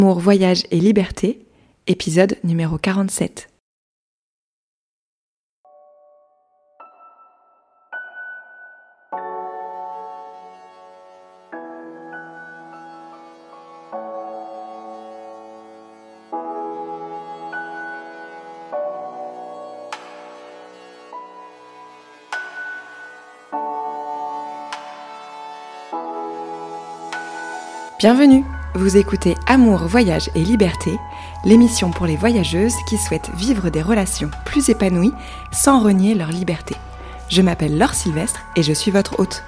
Amour, voyage et liberté, épisode numéro 47. Bienvenue! Vous écoutez Amour, voyage et liberté, l'émission pour les voyageuses qui souhaitent vivre des relations plus épanouies sans renier leur liberté. Je m'appelle Laure Sylvestre et je suis votre hôte.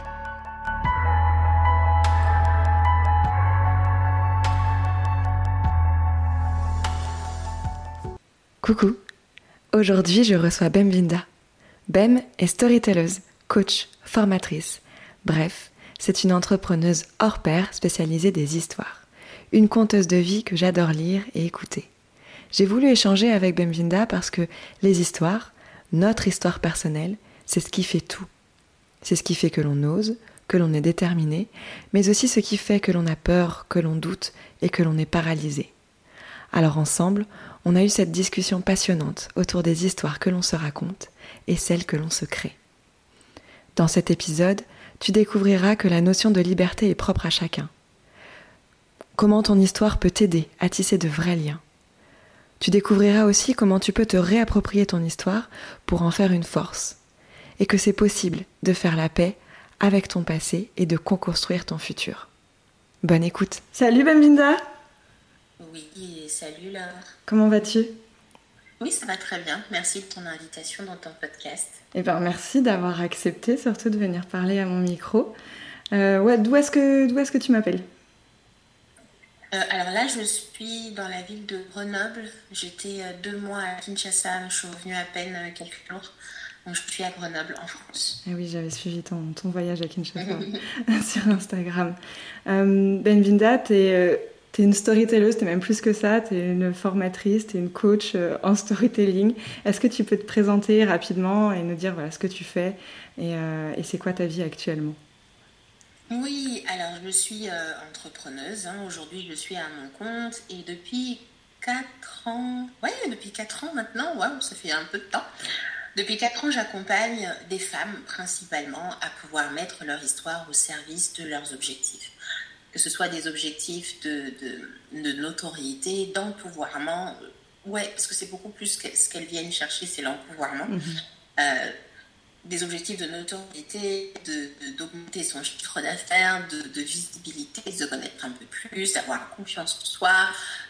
Coucou! Aujourd'hui, je reçois Bemvinda. Bem est storytelleuse, coach, formatrice. Bref, c'est une entrepreneuse hors pair spécialisée des histoires. Une conteuse de vie que j'adore lire et écouter. J'ai voulu échanger avec Bemvinda parce que les histoires, notre histoire personnelle, c'est ce qui fait tout. C'est ce qui fait que l'on ose, que l'on est déterminé, mais aussi ce qui fait que l'on a peur, que l'on doute et que l'on est paralysé. Alors ensemble, on a eu cette discussion passionnante autour des histoires que l'on se raconte et celles que l'on se crée. Dans cet épisode, tu découvriras que la notion de liberté est propre à chacun. Comment ton histoire peut t'aider à tisser de vrais liens. Tu découvriras aussi comment tu peux te réapproprier ton histoire pour en faire une force. Et que c'est possible de faire la paix avec ton passé et de co-construire ton futur. Bonne écoute. Salut Bemvinda. Oui, salut Laure. Comment vas-tu ? Oui, ça va très bien. Merci de ton invitation dans ton podcast. Merci d'avoir accepté surtout de venir parler à mon micro. D'où est-ce que tu m'appelles ? Alors là, je suis dans la ville de Grenoble. J'étais 2 mois à Kinshasa. Je suis revenue à peine quelques jours. Donc, je suis à Grenoble, en France. Et oui, j'avais suivi ton voyage à Kinshasa sur Instagram. Bemvinda, t'es une storytelleuse, t'es même plus que ça. T'es une formatrice, t'es une coach en storytelling. Est-ce que tu peux te présenter rapidement et nous dire voilà, ce que tu fais et c'est quoi ta vie actuellement ? Oui, alors je suis entrepreneuse. Aujourd'hui, je suis à mon compte et depuis 4 ans, depuis 4 ans maintenant, ça fait un peu de temps. Depuis 4 ans, j'accompagne des femmes principalement à pouvoir mettre leur histoire au service de leurs objectifs. Que ce soit des objectifs de notoriété, d'empouvoirment. Parce que c'est beaucoup plus ce qu'elles viennent chercher, c'est l'empouvoirment. Des objectifs de notoriété, d'augmenter son chiffre d'affaires, de visibilité, de se connaître un peu plus, d'avoir confiance en soi,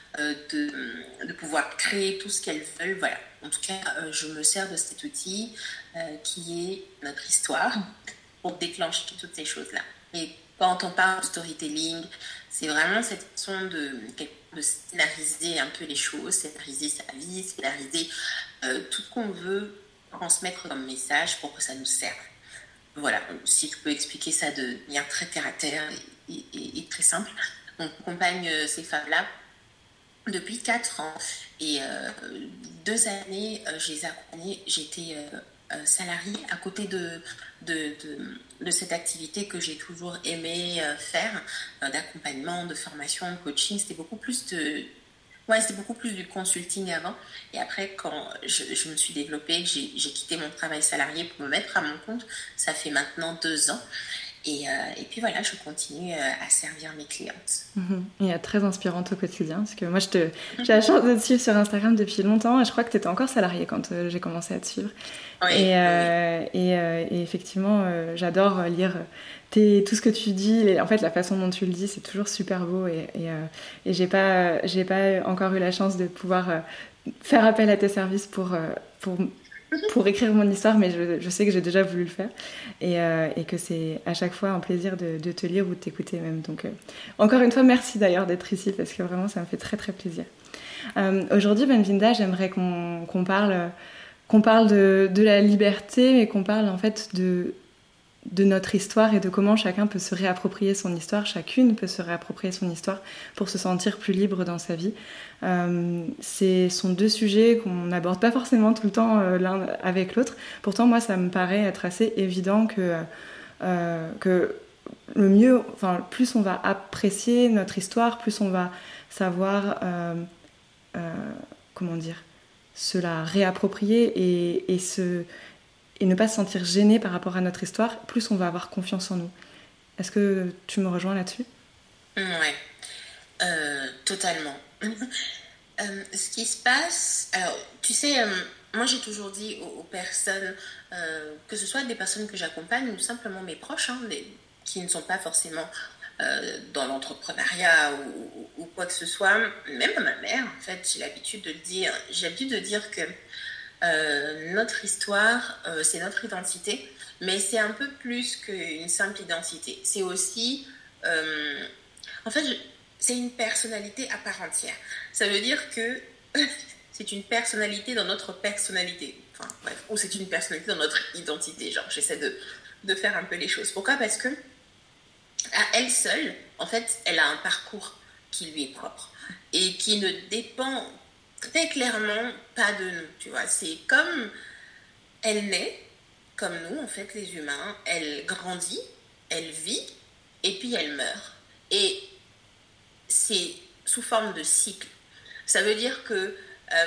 de pouvoir créer tout ce qu'elles veulent. Voilà. En tout cas, je me sers de cet outil qui est notre histoire pour déclencher toutes ces choses-là. Et quand on parle de storytelling, c'est vraiment cette façon de scénariser un peu les choses, scénariser sa vie, scénariser tout ce qu'on veut transmettre comme message pour que ça nous serve. Voilà, si je peux expliquer ça de manière très terre-à-terre et très simple. On accompagne ces femmes-là depuis 4 ans et 2 années, je les ai accompagnées. J'étais salariée à côté de cette activité que j'ai toujours aimé faire, d'accompagnement, de formation, de coaching. C'était beaucoup plus du consulting avant. Et après, quand je me suis développée, j'ai quitté mon travail salarié pour me mettre à mon compte. Ça fait maintenant 2 ans. Et puis voilà, je continue à servir mes clientes. Et très inspirante au quotidien. Parce que moi, j'ai la chance de te suivre sur Instagram depuis longtemps. Et je crois que tu étais encore salariée quand j'ai commencé à te suivre. Oui, et effectivement, j'adore lire tout ce que tu dis. En fait, la façon dont tu le dis, c'est toujours super beau. Et j'ai pas encore eu la chance de pouvoir faire appel à tes services pour écrire mon histoire, mais je sais que j'ai déjà voulu le faire et que c'est à chaque fois un plaisir de te lire ou de t'écouter même. Donc, encore une fois, merci d'ailleurs d'être ici parce que vraiment, ça me fait très très plaisir. Aujourd'hui, Bemvinda, j'aimerais qu'on parle de la liberté, mais qu'on parle en fait de notre histoire et de comment chacun peut se réapproprier son histoire, chacune peut se réapproprier son histoire pour se sentir plus libre dans sa vie. Ce sont 2 sujets qu'on n'aborde pas forcément tout le temps l'un avec l'autre. Pourtant, moi, ça me paraît être assez évident que le mieux, enfin, plus on va apprécier notre histoire, plus on va savoir, comment dire, se la réapproprier et ne pas se sentir gêné par rapport à notre histoire, plus on va avoir confiance en nous. Est-ce que tu me rejoins là-dessus ? Ouais, totalement. Ce qui se passe, alors tu sais, moi j'ai toujours dit aux personnes, que ce soit des personnes que j'accompagne ou simplement mes proches, qui ne sont pas forcément dans l'entrepreneuriat ou quoi que ce soit, même à ma mère, en fait, j'ai l'habitude de dire que notre histoire, c'est notre identité, mais c'est un peu plus qu'une simple identité. C'est aussi, en fait, c'est une personnalité à part entière. Ça veut dire que c'est une personnalité dans notre personnalité. Enfin, bref, ou c'est une personnalité dans notre identité. Genre, j'essaie de faire un peu les choses. Pourquoi ? Parce que à elle seule, en fait, elle a un parcours qui lui est propre et qui ne dépend très clairement pas de nous, tu vois. C'est comme elle naît, comme nous, en fait, les humains, elle grandit, elle vit, et puis elle meurt. Et c'est sous forme de cycle. Ça veut dire que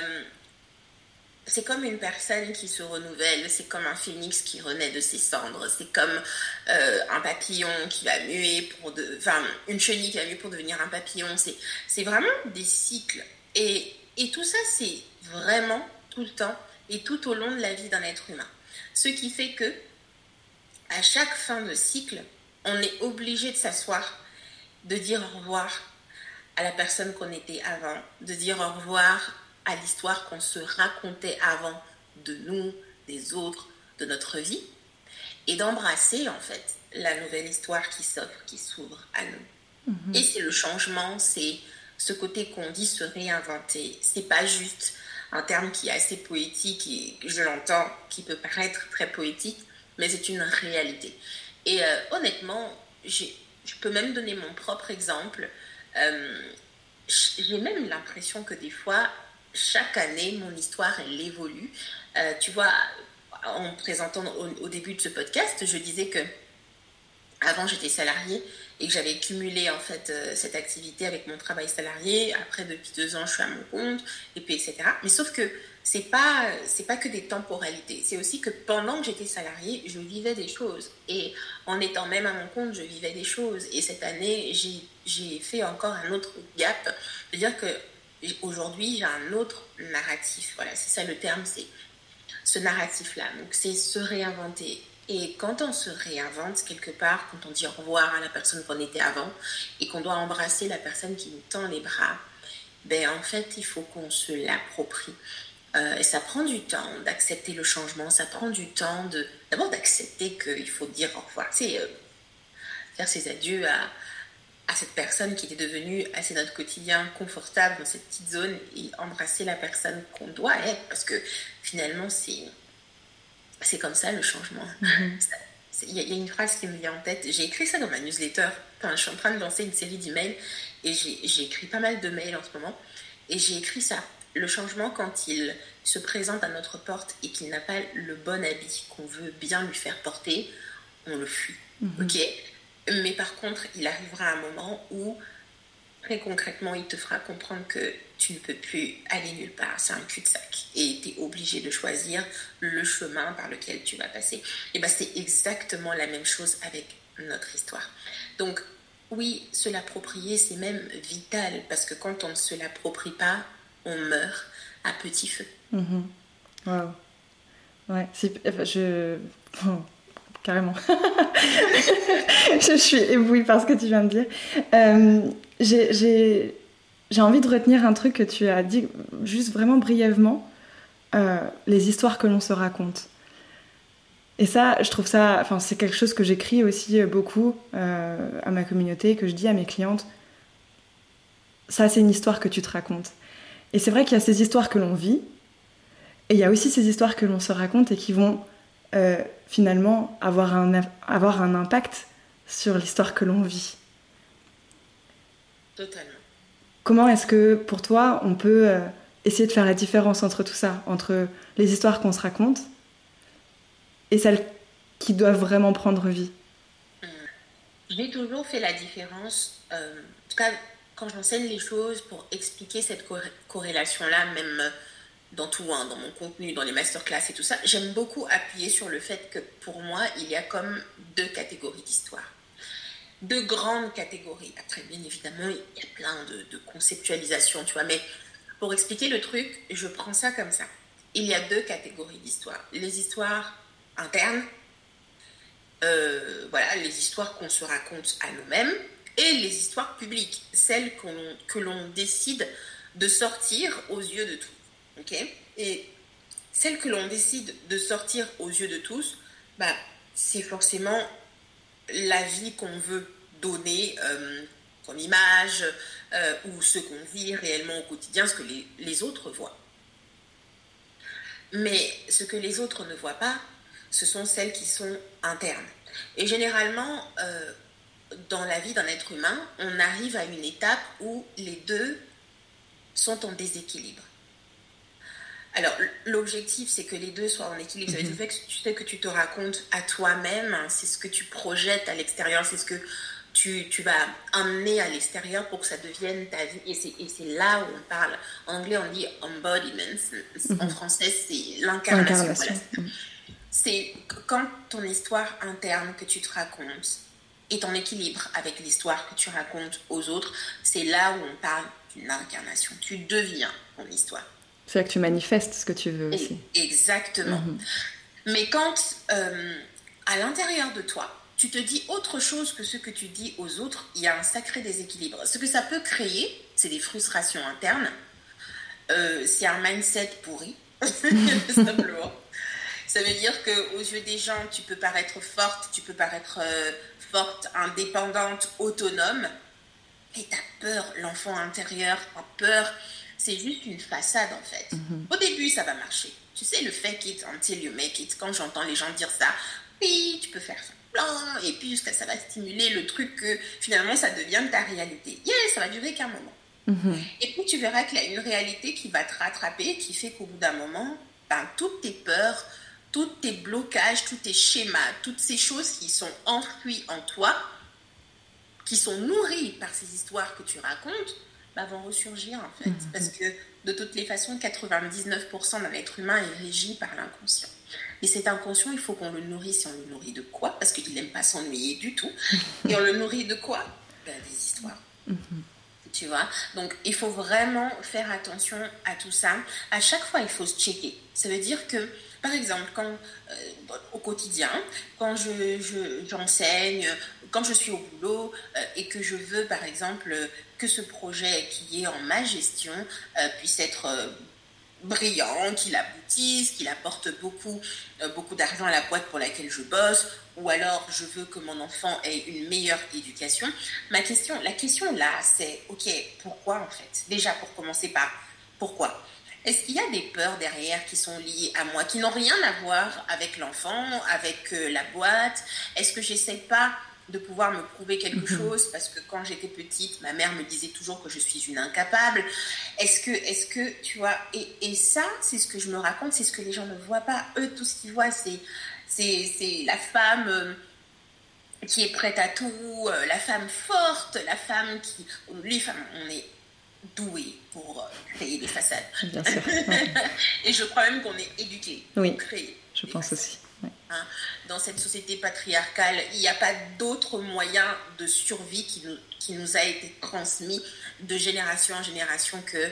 c'est comme une personne qui se renouvelle, c'est comme un phénix qui renaît de ses cendres, c'est comme un papillon qui va muer une chenille qui va muer pour devenir un papillon. C'est vraiment des cycles. Et tout ça, c'est vraiment tout le temps et tout au long de la vie d'un être humain. Ce qui fait que à chaque fin de cycle, on est obligé de s'asseoir, de dire au revoir à la personne qu'on était avant, de dire au revoir à l'histoire qu'on se racontait avant de nous, des autres, de notre vie, et d'embrasser en fait la nouvelle histoire qui s'ouvre à nous. Et c'est le changement, c'est ce côté qu'on dit se réinventer. C'est pas juste un terme qui est assez poétique et je l'entends, qui peut paraître très poétique, mais c'est une réalité. Et honnêtement, je peux même donner mon propre exemple. J'ai même l'impression que des fois, chaque année, mon histoire, elle évolue. Tu vois, en présentant au début de ce podcast, je disais que avant j'étais salariée et que j'avais cumulé en fait cette activité avec mon travail salarié. Après, depuis 2 ans, je suis à mon compte, et puis etc. Mais sauf que c'est pas que des temporalités. C'est aussi que pendant que j'étais salariée, je vivais des choses. Et en étant même à mon compte, je vivais des choses. Et cette année, j'ai fait encore un autre gap. C'est-à-dire que aujourd'hui, j'ai un autre narratif. Voilà, c'est ça le terme, c'est ce narratif-là. Donc, c'est se réinventer. Et quand on se réinvente quelque part, quand on dit au revoir à la personne qu'on était avant et qu'on doit embrasser la personne qui nous tend les bras, ben en fait, il faut qu'on se l'approprie. Et ça prend du temps d'accepter le changement, ça prend du temps d'abord d'accepter qu'il faut dire au revoir. C'est faire ses adieux à cette personne qui était devenue assez notre quotidien confortable dans cette petite zone et embrasser la personne qu'on doit être, parce que finalement, c'est comme ça le changement. Il y a une phrase qui me vient en tête. J'ai écrit ça dans ma newsletter. Enfin, je suis en train de lancer une série d'emails et j'ai écrit pas mal de mails en ce moment. Et j'ai écrit ça. Le changement, quand il se présente à notre porte et qu'il n'a pas le bon habit qu'on veut bien lui faire porter, on le fuit. Ok ? Mais par contre, il arrivera un moment où, très concrètement, il te fera comprendre que tu ne peux plus aller nulle part. C'est un cul-de-sac. Et tu es obligé de choisir le chemin par lequel tu vas passer. Et bien, c'est exactement la même chose avec notre histoire. Donc, oui, se l'approprier, c'est même vital. Parce que quand on ne se l'approprie pas, on meurt à petit feu. Waouh. Ouais, carrément. Je suis éblouie par ce que tu viens de dire. J'ai envie de retenir un truc que tu as dit juste vraiment brièvement, les histoires que l'on se raconte. Et ça, je trouve ça, enfin, c'est quelque chose que j'écris aussi beaucoup à ma communauté, que je dis à mes clientes. Ça, c'est une histoire que tu te racontes. Et c'est vrai qu'il y a ces histoires que l'on vit, et il y a aussi ces histoires que l'on se raconte et qui vont finalement avoir un impact sur l'histoire que l'on vit. Totalement. Comment est-ce que, pour toi, on peut essayer de faire la différence entre tout ça, entre les histoires qu'on se raconte et celles qui doivent vraiment prendre vie ? J'ai toujours fait la différence, en tout cas quand j'enseigne les choses pour expliquer cette corrélation-là, même dans tout, hein, dans mon contenu, dans les masterclass et tout ça, j'aime beaucoup appuyer sur le fait que pour moi, il y a comme deux catégories d'histoire. Deux grandes catégories. Après, bien évidemment, il y a plein de conceptualisations, tu vois, mais pour expliquer le truc, je prends ça comme ça. Il y a deux catégories d'histoires. Les histoires internes, voilà, les histoires qu'on se raconte à nous-mêmes, et les histoires publiques, celles que l'on décide de sortir aux yeux de tous. Okay, et celles que l'on décide de sortir aux yeux de tous, bah, c'est forcément la vie qu'on veut donner comme image, ou ce qu'on vit réellement au quotidien, ce que les autres voient. Mais ce que les autres ne voient pas, ce sont celles qui sont internes. Et généralement, dans la vie d'un être humain, on arrive à une étape où les deux sont en déséquilibre. Alors, l'objectif, c'est que les deux soient en équilibre. Ça veut dire que tu sais que tu te racontes à toi-même, c'est ce que tu projettes à l'extérieur, c'est ce que tu vas amener à l'extérieur pour que ça devienne ta vie. Et c'est là où on parle. En anglais, on dit embodiment. En français, c'est l'incarnation. Voilà. C'est quand ton histoire interne que tu te racontes est en équilibre avec l'histoire que tu racontes aux autres, c'est là où on parle d'une incarnation. Tu deviens ton histoire. C'est là que tu manifestes ce que tu veux aussi. Exactement. Mais quand, à l'intérieur de toi, tu te dis autre chose que ce que tu dis aux autres, il y a un sacré déséquilibre. Ce que ça peut créer, c'est des frustrations internes. C'est un mindset pourri, simplement. Ça veut dire qu'aux yeux des gens, tu peux paraître forte, tu peux paraître forte, indépendante, autonome. Et t'as peur, l'enfant intérieur a peur. C'est juste une façade, en fait. Au début, ça va marcher. Tu sais, le fake it until you make it. Quand j'entends les gens dire ça, oui, tu peux faire semblant, et puis jusqu'à ça va stimuler le truc que finalement, ça devient ta réalité. Ça va durer qu'un moment. Et puis, tu verras qu'il y a une réalité qui va te rattraper, qui fait qu'au bout d'un moment, toutes tes peurs, tous tes blocages, tous tes schémas, toutes ces choses qui sont enfouies en toi, qui sont nourries par ces histoires que tu racontes, vont ressurgir en fait. Parce que de toutes les façons, 99% d'un être humain est régi par l'inconscient. Et cet inconscient, il faut qu'on le nourrisse. Et on le nourrit de quoi? Parce qu'il n'aime pas s'ennuyer du tout. Et on le nourrit de quoi? Des histoires. Tu vois? Donc, il faut vraiment faire attention à tout ça. À chaque fois, il faut se checker. Ça veut dire que, par exemple, quand, au quotidien, quand j'enseigne, quand je suis au boulot et que je veux, par exemple, que ce projet qui est en ma gestion puisse être brillant, qu'il aboutisse, qu'il apporte beaucoup d'argent à la boîte pour laquelle je bosse, ou alors je veux que mon enfant ait une meilleure éducation. La question là, c'est ok, pourquoi en fait? Déjà, pour commencer par pourquoi? Est-ce qu'il y a des peurs derrière qui sont liées à moi, qui n'ont rien à voir avec l'enfant, avec la boîte? Est-ce que j'essaie pas de pouvoir me prouver quelque chose parce que quand j'étais petite, ma mère me disait toujours que je suis une incapable? Est-ce que tu vois, et ça, c'est ce que je me raconte, c'est ce que les gens ne voient pas. Eux, tout ce qu'ils voient, c'est la femme qui est prête à tout, la femme forte, la femme qui... Les femmes, on est douées pour créer des façades. Bien sûr. Ouais. Et je crois même qu'on est éduqués pour créer. Je pense aussi. Ouais. Hein, dans cette société patriarcale, il n'y a pas d'autre moyen de survie qui nous a été transmis de génération en génération que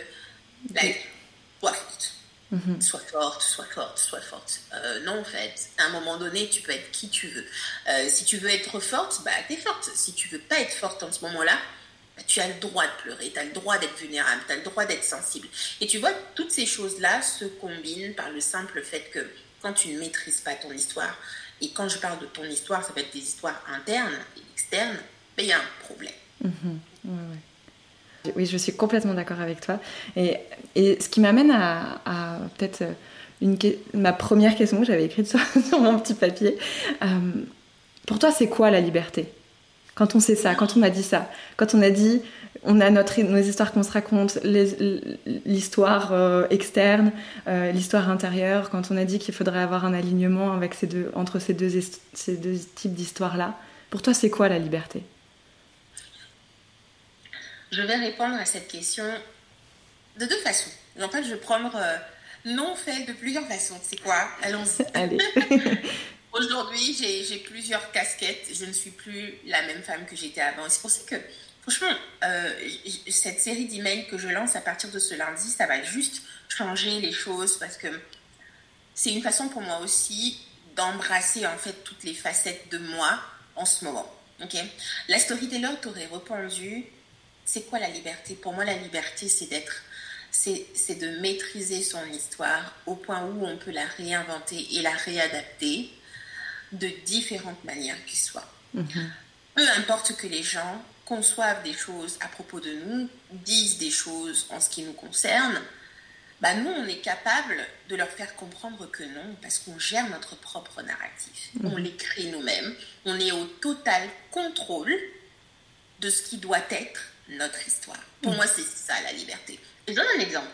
sois forte. Sois forte, sois forte, sois forte. Non, en fait, à un moment donné, tu peux être qui tu veux. Si tu veux être forte, t'es forte. Si tu veux pas être forte en ce moment-là, tu as le droit de pleurer, tu as le droit d'être vulnérable, tu as le droit d'être sensible. Et tu vois, toutes ces choses-là se combinent par le simple fait que quand tu ne maîtrises pas ton histoire, et quand je parle de ton histoire, ça peut être des histoires internes et externes, il y a un problème. Ouais. Oui, je suis complètement d'accord avec toi. Et ce qui m'amène à peut-être ma première question que j'avais écrite sur mon petit papier. Pour toi, c'est quoi la liberté? Quand on sait ça, quand on a dit ça, quand on a dit on a nos histoires qu'on se raconte, l'histoire externe, l'histoire intérieure, quand on a dit qu'il faudrait avoir un alignement avec entre ces deux types d'histoires-là, Pour toi, c'est quoi la liberté? Je vais répondre à cette question de deux façons. En fait, je vais prendre non fait de plusieurs façons. C'est quoi? Allons-y. Allez. Aujourd'hui, j'ai plusieurs casquettes. Je ne suis plus la même femme que j'étais avant. Et c'est pour ça que, franchement, cette série d'emails que je lance à partir de ce lundi, ça va juste changer les choses parce que c'est une façon pour moi aussi d'embrasser en fait toutes les facettes de moi en ce moment. Okay, la storyteller t'aurait répondu, c'est quoi la liberté? Pour moi, la liberté, c'est de maîtriser son histoire au point où on peut la réinventer et la réadapter de différentes manières qui soient. Mm-hmm. Peu importe que les gens conçoivent des choses à propos de nous, disent des choses en ce qui nous concerne, nous, on est capable de leur faire comprendre que non, parce qu'on gère notre propre narratif. Mmh. On l'écrit nous-mêmes. On est au total contrôle de ce qui doit être notre histoire. Pour moi, c'est ça, la liberté. Je donne un exemple.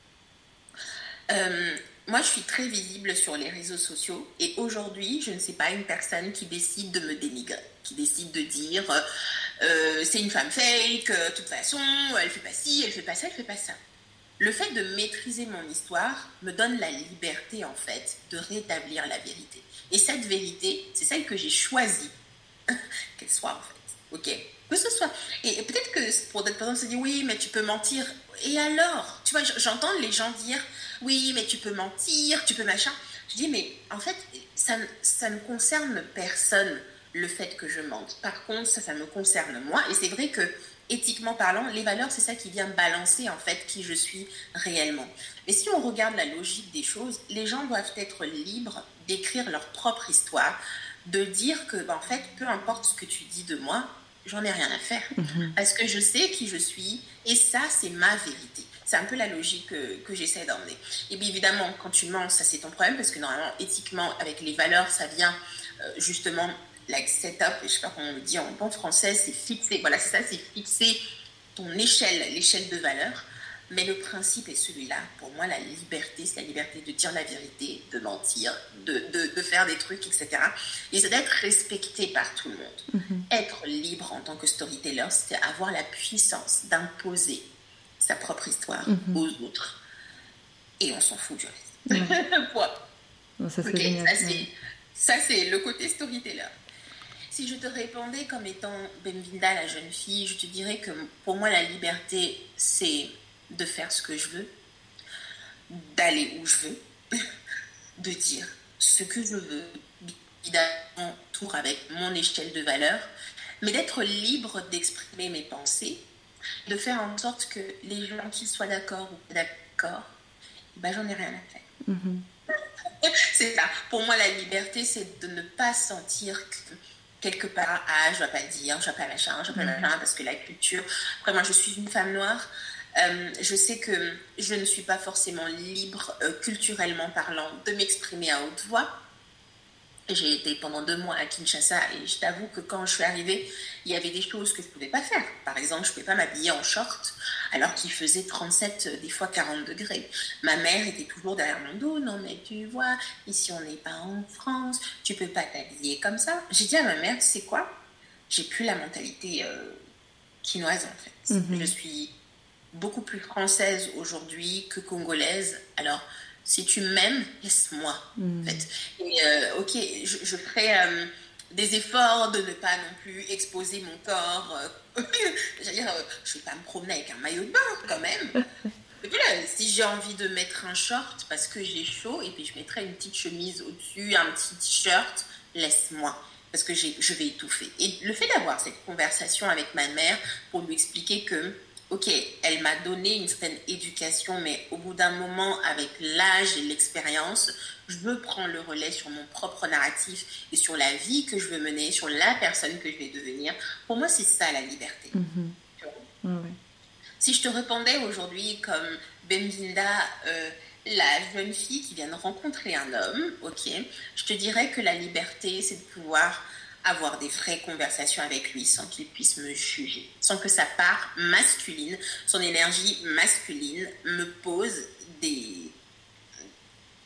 Moi, je suis très visible sur les réseaux sociaux et aujourd'hui, je ne sais pas, une personne qui décide de me dénigrer, qui décide de dire c'est une femme fake, de toute façon, elle fait pas ci, elle fait pas ça, elle fait pas ça. Le fait de maîtriser mon histoire me donne la liberté, en fait, de rétablir la vérité. Et cette vérité, c'est celle que j'ai choisie qu'elle soit, en fait. OK? Que ce soit. Et peut-être que pour d'autres personnes, on se dit, oui, mais tu peux mentir. Et alors? Tu vois, j'entends les gens dire, oui, mais tu peux mentir, tu peux machin. Je dis, mais en fait, ça ne concerne personne, le fait que je mente. Par contre, ça me concerne moi. Et c'est vrai que éthiquement parlant, les valeurs, c'est ça qui vient balancer en fait qui je suis réellement. Mais si on regarde la logique des choses, les gens doivent être libres d'écrire leur propre histoire, de dire que en fait, peu importe ce que tu dis de moi, j'en ai rien à faire. Mm-hmm. Parce que je sais qui je suis et ça, c'est ma vérité. C'est un peu la logique que j'essaie d'emmener. Et bien évidemment, quand tu mens, ça c'est ton problème parce que normalement, éthiquement, avec les valeurs, ça vient justement... like setup, je sais pas comment on le dit en bon français, c'est fixer, voilà, c'est ça, c'est fixer ton échelle, l'échelle de valeur. Mais le principe est celui-là. Pour moi, la liberté, c'est la liberté de dire la vérité, de mentir, de faire des trucs, etc. Et c'est d'être respecté par tout le monde. Mm-hmm. Être libre en tant que storyteller, c'est avoir la puissance d'imposer sa propre histoire aux autres. Et on s'en fout du reste. Voilà. Non, ça, c'est génial. Ça, c'est le côté storyteller. Si je te répondais comme étant Bemvinda, la jeune fille, je te dirais que pour moi, la liberté, c'est de faire ce que je veux, d'aller où je veux, de dire ce que je veux, évidemment, tour avec mon échelle de valeur, mais d'être libre d'exprimer mes pensées, de faire en sorte que les gens, qu'ils soient d'accord ou pas d'accord, j'en ai rien à faire. Mm-hmm. C'est ça. Pour moi, la liberté, c'est de ne pas sentir que quelque part, je ne vais pas le dire, je ne vais pas machin, parce que la culture... Après, moi, je suis une femme noire. Je sais que je ne suis pas forcément libre, culturellement parlant, de m'exprimer à haute voix. J'ai été pendant 2 mois à Kinshasa et je t'avoue que quand je suis arrivée, il y avait des choses que je ne pouvais pas faire. Par exemple, je ne pouvais pas m'habiller en short alors qu'il faisait 37, des fois 40 degrés. Ma mère était toujours derrière mon dos. Non, mais tu vois, ici on n'est pas en France, tu ne peux pas t'habiller comme ça. J'ai dit à ma mère, tu sais quoi? J'ai plus la mentalité quinoise en fait. Mm-hmm. Je suis beaucoup plus française aujourd'hui que congolaise. Alors, si tu m'aimes, laisse-moi. En fait. Et ok, je ferai des efforts de ne pas non plus exposer mon corps. Je ne vais pas me promener avec un maillot de bain quand même. Et puis là, si j'ai envie de mettre un short parce que j'ai chaud, et puis je mettrai une petite chemise au-dessus, un petit t-shirt, laisse-moi. Parce que je vais étouffer. Et le fait d'avoir cette conversation avec ma mère pour lui expliquer que ok, elle m'a donné une certaine éducation, mais au bout d'un moment, avec l'âge et l'expérience, je veux prendre le relais sur mon propre narratif et sur la vie que je veux mener, sur la personne que je vais devenir. Pour moi, c'est ça la liberté. Mm-hmm. Ouais. Si je te répondais aujourd'hui comme Bemvinda, la jeune fille qui vient de rencontrer un homme, ok, je te dirais que la liberté, c'est de pouvoir avoir des vraies conversations avec lui sans qu'il puisse me juger, sans que sa part masculine, son énergie masculine me pose des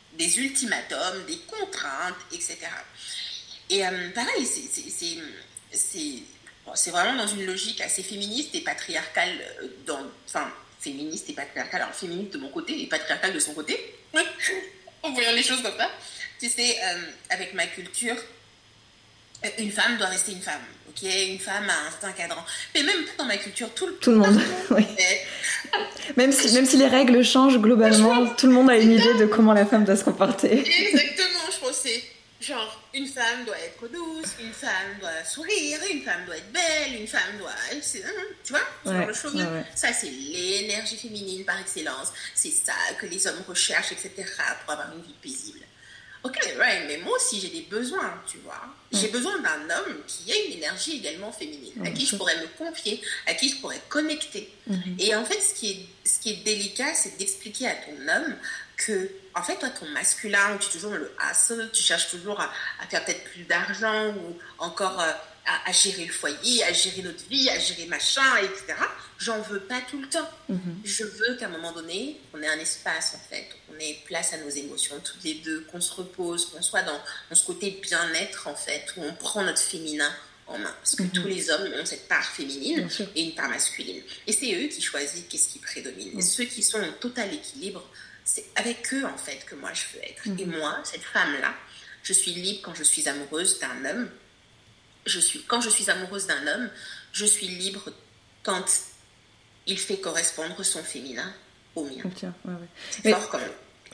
ultimatums, des contraintes, etc. Et pareil, c'est vraiment dans une logique assez féministe et patriarcale, enfin, féministe et patriarcale, alors féministe de mon côté et patriarcale de son côté, on voit les choses comme ça. Tu sais, avec ma culture, une femme doit rester une femme, ok? Une femme a un certain cadran. Mais même dans ma culture, tout le monde, oui. Même si les règles changent globalement, tout le monde a une idée de comment la femme doit se comporter. Exactement, je pense que c'est genre, une femme doit être douce, une femme doit sourire, une femme doit être belle, une femme doit... Tu vois, ce genre de choses. Ça, c'est l'énergie féminine par excellence. C'est ça que les hommes recherchent, etc., pour avoir une vie paisible. Ok, right, mais moi aussi j'ai des besoins, tu vois. J'ai besoin d'un homme qui ait une énergie également féminine, à qui je pourrais me confier, à qui je pourrais connecter. Et en fait, ce qui est délicat, c'est d'expliquer à ton homme que, en fait, toi, ton masculin, tu es toujours dans le hustle, tu cherches toujours à faire peut-être plus d'argent ou encore à gérer le foyer, à gérer notre vie, à gérer machin, etc. J'en veux pas tout le temps. Je veux qu'à un moment donné, on ait un espace, en fait, qu'on ait place à nos émotions, toutes les deux, qu'on se repose, qu'on soit dans ce côté bien-être, en fait, où on prend notre féminin en main. Parce que tous les hommes ont cette part féminine et une part masculine. Et c'est eux qui choisissent qu'est-ce qui prédomine. Et ceux qui sont en total équilibre, c'est avec eux, en fait, que moi, je veux être. Et moi, cette femme-là, je suis libre quand je suis amoureuse d'un homme. Quand je suis amoureuse d'un homme, je suis libre quand il fait correspondre son féminin au mien. C'est fort quand même.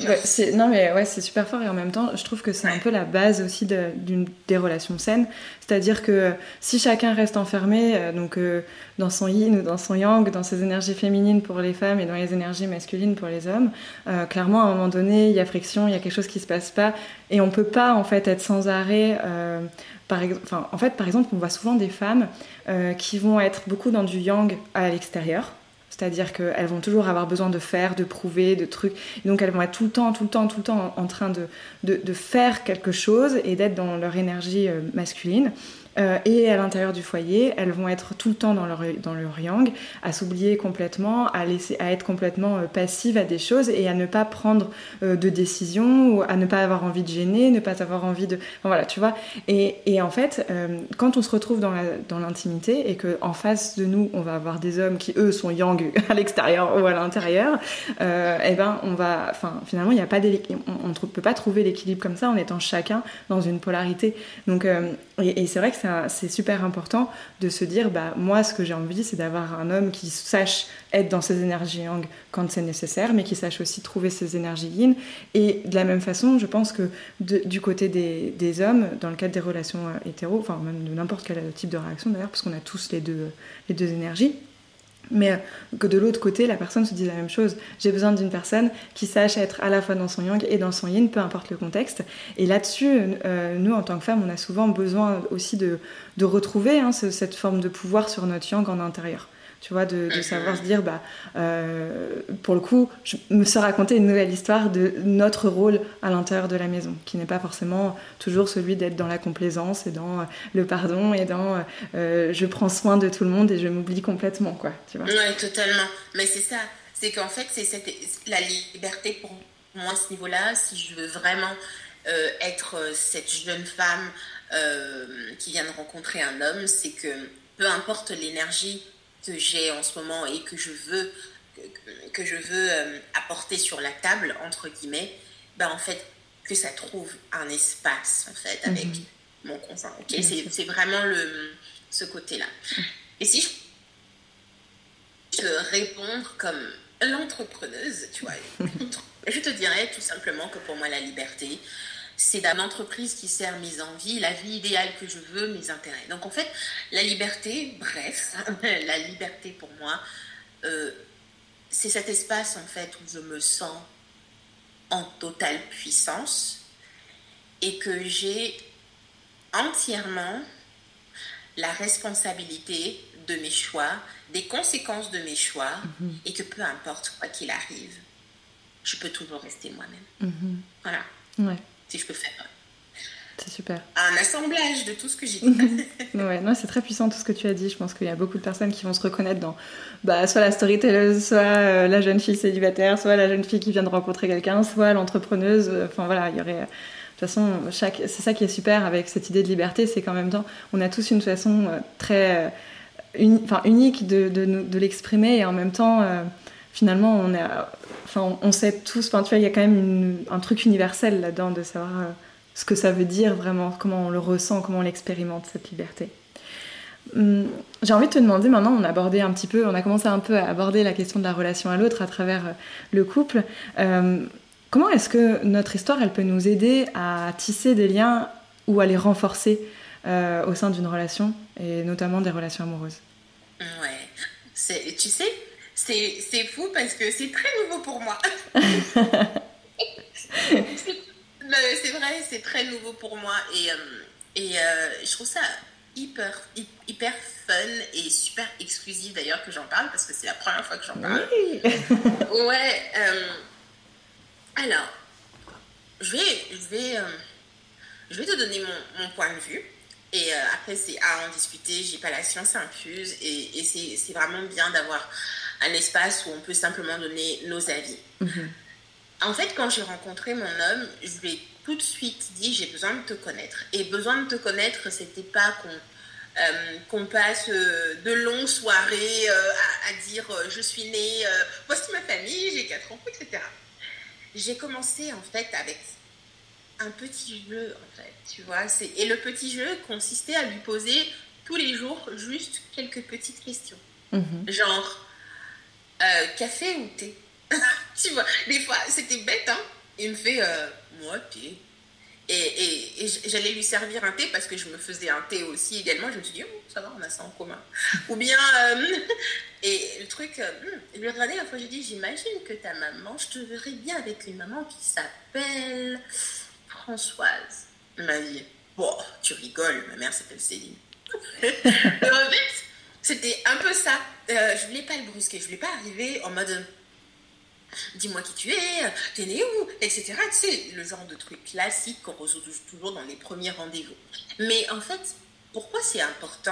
C'est super fort et en même temps je trouve que c'est un peu la base aussi des relations saines, c'est-à-dire que si chacun reste enfermé dans son yin ou dans son yang, dans ses énergies féminines pour les femmes et dans les énergies masculines pour les hommes, clairement à un moment donné il y a friction, il y a quelque chose qui se passe pas et on peut pas en fait être sans arrêt par exemple on voit souvent des femmes qui vont être beaucoup dans du yang à l'extérieur. C'est-à-dire qu'elles vont toujours avoir besoin de faire, de prouver, de trucs. Et donc elles vont être tout le temps en train de faire quelque chose et d'être dans leur énergie masculine. Et à l'intérieur du foyer, elles vont être tout le temps dans leur yang, à s'oublier complètement, à être complètement passive à des choses et à ne pas prendre de décision, ou à ne pas avoir envie de gêner, ne pas avoir envie de... Enfin, voilà, tu vois. Et en fait, quand on se retrouve dans l'intimité et qu'en face de nous, on va avoir des hommes qui, eux, sont yang à l'extérieur ou à l'intérieur, et ben, on va... Enfin, finalement, il y a pas on ne peut pas trouver l'équilibre comme ça en étant chacun dans une polarité. Donc, et c'est vrai que c'est super important de se dire moi ce que j'ai envie c'est d'avoir un homme qui sache être dans ses énergies yang quand c'est nécessaire mais qui sache aussi trouver ses énergies yin et de la même façon je pense que du côté des hommes dans le cadre des relations hétéro enfin même de n'importe quel type de réaction d'ailleurs parce qu'on a tous les deux énergies mais que de l'autre côté la personne se dise la même chose, j'ai besoin d'une personne qui sache être à la fois dans son yang et dans son yin, peu importe le contexte et là-dessus nous en tant que femmes on a souvent besoin aussi de retrouver cette forme de pouvoir sur notre yang en intérieur, tu vois, de savoir se dire pour le coup je me suis raconter une nouvelle histoire de notre rôle à l'intérieur de la maison qui n'est pas forcément toujours celui d'être dans la complaisance et dans le pardon et dans je prends soin de tout le monde et je m'oublie complètement quoi, tu vois. Ouais, totalement, mais c'est ça, c'est qu'en fait c'est la liberté pour moi à ce niveau-là, si je veux vraiment être cette jeune femme qui vient de rencontrer un homme, c'est que peu importe l'énergie que j'ai en ce moment et que je veux apporter sur la table entre guillemets, en fait que ça trouve un espace en fait avec mon conjoint. Ok, c'est vraiment ce côté-là. Et si je répondre comme l'entrepreneuse, tu vois, je te dirais tout simplement que pour moi la liberté c'est une entreprise qui sert mes envies, la vie idéale que je veux, mes intérêts. Donc en fait, la liberté, bref, la liberté pour moi, c'est cet espace en fait où je me sens en totale puissance et que j'ai entièrement la responsabilité de mes choix, des conséquences de mes choix et que peu importe quoi qu'il arrive, je peux toujours rester moi-même. Voilà. Ouais. Si je peux faire c'est super. Un assemblage de tout ce que j'ai dit. Ouais, non, c'est très puissant tout ce que tu as dit. Je pense qu'il y a beaucoup de personnes qui vont se reconnaître dans soit la storytelleuse, soit la jeune fille célibataire, soit la jeune fille qui vient de rencontrer quelqu'un, soit l'entrepreneuse. Enfin voilà, il y aurait toute façon, c'est ça qui est super avec cette idée de liberté, c'est qu'en même temps, on a tous une façon très unique de l'exprimer, et en même temps, finalement, on sait tous, tu vois, il y a quand même un truc universel là-dedans de savoir ce que ça veut dire vraiment, comment on le ressent, comment on l'expérimente, cette liberté. J'ai envie de te demander, maintenant on a commencé un peu à aborder la question de la relation à l'autre à travers le couple. Comment est-ce que notre histoire, elle peut nous aider à tisser des liens ou à les renforcer au sein d'une relation, et notamment des relations amoureuses? Ouais, tu sais, c'est fou parce que c'est très nouveau pour moi. C'est vrai, c'est très nouveau pour moi, et je trouve ça hyper fun et super exclusif d'ailleurs que j'en parle, parce que c'est la première fois que j'en parle. Oui. Ouais. Alors, je vais te donner mon point de vue. Et après, c'est à en discuter. J'ai pas la science infuse. Et c'est vraiment bien d'avoir un espace où on peut simplement donner nos avis. Mm-hmm. En fait, quand j'ai rencontré mon homme, je lui ai tout de suite dit, j'ai besoin de te connaître. Et besoin de te connaître, c'était pas qu'on passe de longues soirées à dire je suis née, voici ma famille, j'ai 4 enfants, etc. J'ai commencé en fait avec un petit jeu, en fait, tu vois. Et le petit jeu consistait à lui poser tous les jours juste quelques petites questions. Mm-hmm. Genre, café ou thé? Tu vois, des fois, c'était bête, hein. Il me fait, moi, thé. Et j'allais lui servir un thé parce que je me faisais un thé aussi également. Je me suis dit, oh, ça va, on a ça en commun. Ou bien, et le truc, je lui ai regardé la fois, j'ai dit, j'imagine que ta maman, je te verrais bien avec une maman qui s'appelle Françoise. Elle m'a dit, bon, tu rigoles, ma mère s'appelle Céline. Mais en fait, c'était un peu ça. Je voulais pas le brusquer, je voulais pas arriver en mode... dis-moi qui tu es, t'es né où, etc. Tu sais, le genre de truc classique qu'on reçoit toujours dans les premiers rendez-vous. Mais en fait, pourquoi c'est important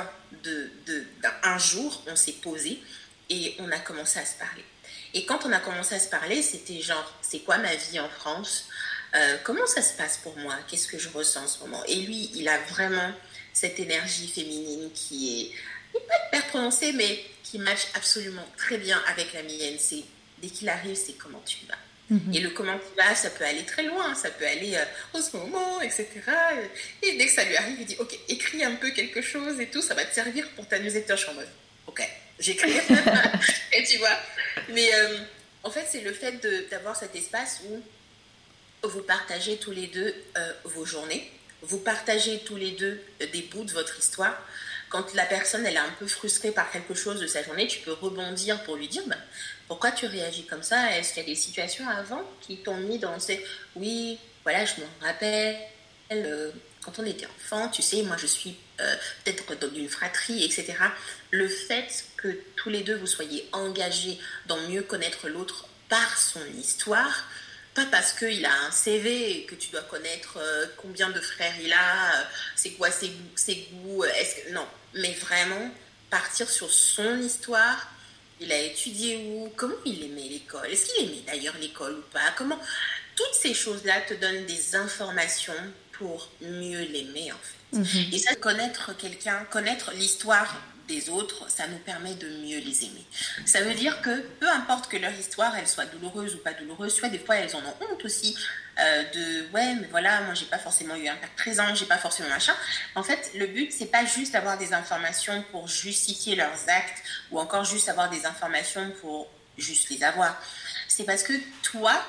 un jour, on s'est posé et on a commencé à se parler. Et quand on a commencé à se parler, c'était genre, c'est quoi ma vie en France? Comment ça se passe pour moi? Qu'est-ce que je ressens en ce moment? Et lui, il a vraiment cette énergie féminine qui est pas hyper prononcée, mais qui matche absolument très bien avec la mienne. Dès qu'il arrive, c'est comment tu vas. Mm-hmm. Et le comment tu vas, ça peut aller très loin, ça peut aller en ce moment, etc. Et dès que ça lui arrive, il dit, ok, écris un peu quelque chose et tout, ça va te servir pour ta newsletter. Je suis en mode, ok, j'écris. Et tu vois. Mais en fait, c'est le fait d'avoir cet espace où vous partagez tous les deux vos journées, vous partagez tous les deux des bouts de votre histoire. Quand la personne, elle est un peu frustrée par quelque chose de sa journée, tu peux rebondir pour lui dire, pourquoi tu réagis comme ça? Est-ce qu'il y a des situations avant qui t'ont mis dans ces... Oui, voilà, je m'en rappelle, quand on était enfant, tu sais, moi je suis peut-être d'une fratrie, etc. Le fait que tous les deux vous soyez engagés dans mieux connaître l'autre par son histoire, pas parce qu'il a un CV et que tu dois connaître combien de frères il a, c'est quoi ses goûts, non, mais vraiment partir sur son histoire. Il a étudié où, comment il aimait l'école, est-ce qu'il aimait d'ailleurs l'école ou pas, comment, toutes ces choses-là te donnent des informations pour mieux l'aimer en fait. Mm-hmm. Et ça, connaître quelqu'un, connaître l'histoire des autres, ça nous permet de mieux les aimer. Ça veut dire que peu importe que leur histoire, elle soit douloureuse ou pas douloureuse, soit des fois elles en ont honte aussi, ouais, mais voilà, moi j'ai pas forcément eu un père présent, j'ai pas forcément machin. En fait, le but, c'est pas juste d'avoir des informations pour justifier leurs actes ou encore juste avoir des informations pour juste les avoir. C'est parce que toi,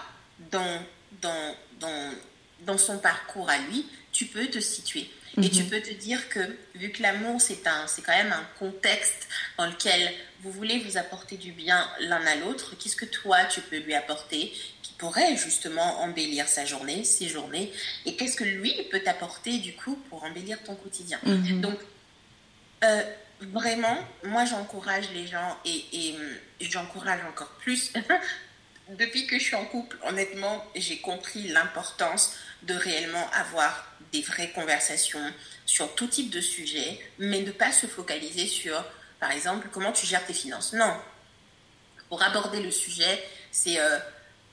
dans son parcours à lui, tu peux te situer. Et tu peux te dire que, vu que l'amour, c'est quand même un contexte dans lequel vous voulez vous apporter du bien l'un à l'autre, qu'est-ce que toi, tu peux lui apporter qui pourrait justement embellir sa journée, ses journées, et qu'est-ce que lui peut t'apporter du coup pour embellir ton quotidien. Mm-hmm. Donc, vraiment, moi, j'encourage les gens et j'encourage encore plus. Depuis que je suis en couple, honnêtement, j'ai compris l'importance de réellement avoir des vraies conversations sur tout type de sujet, mais ne pas se focaliser sur, par exemple, comment tu gères tes finances. Non. Pour aborder le sujet, c'est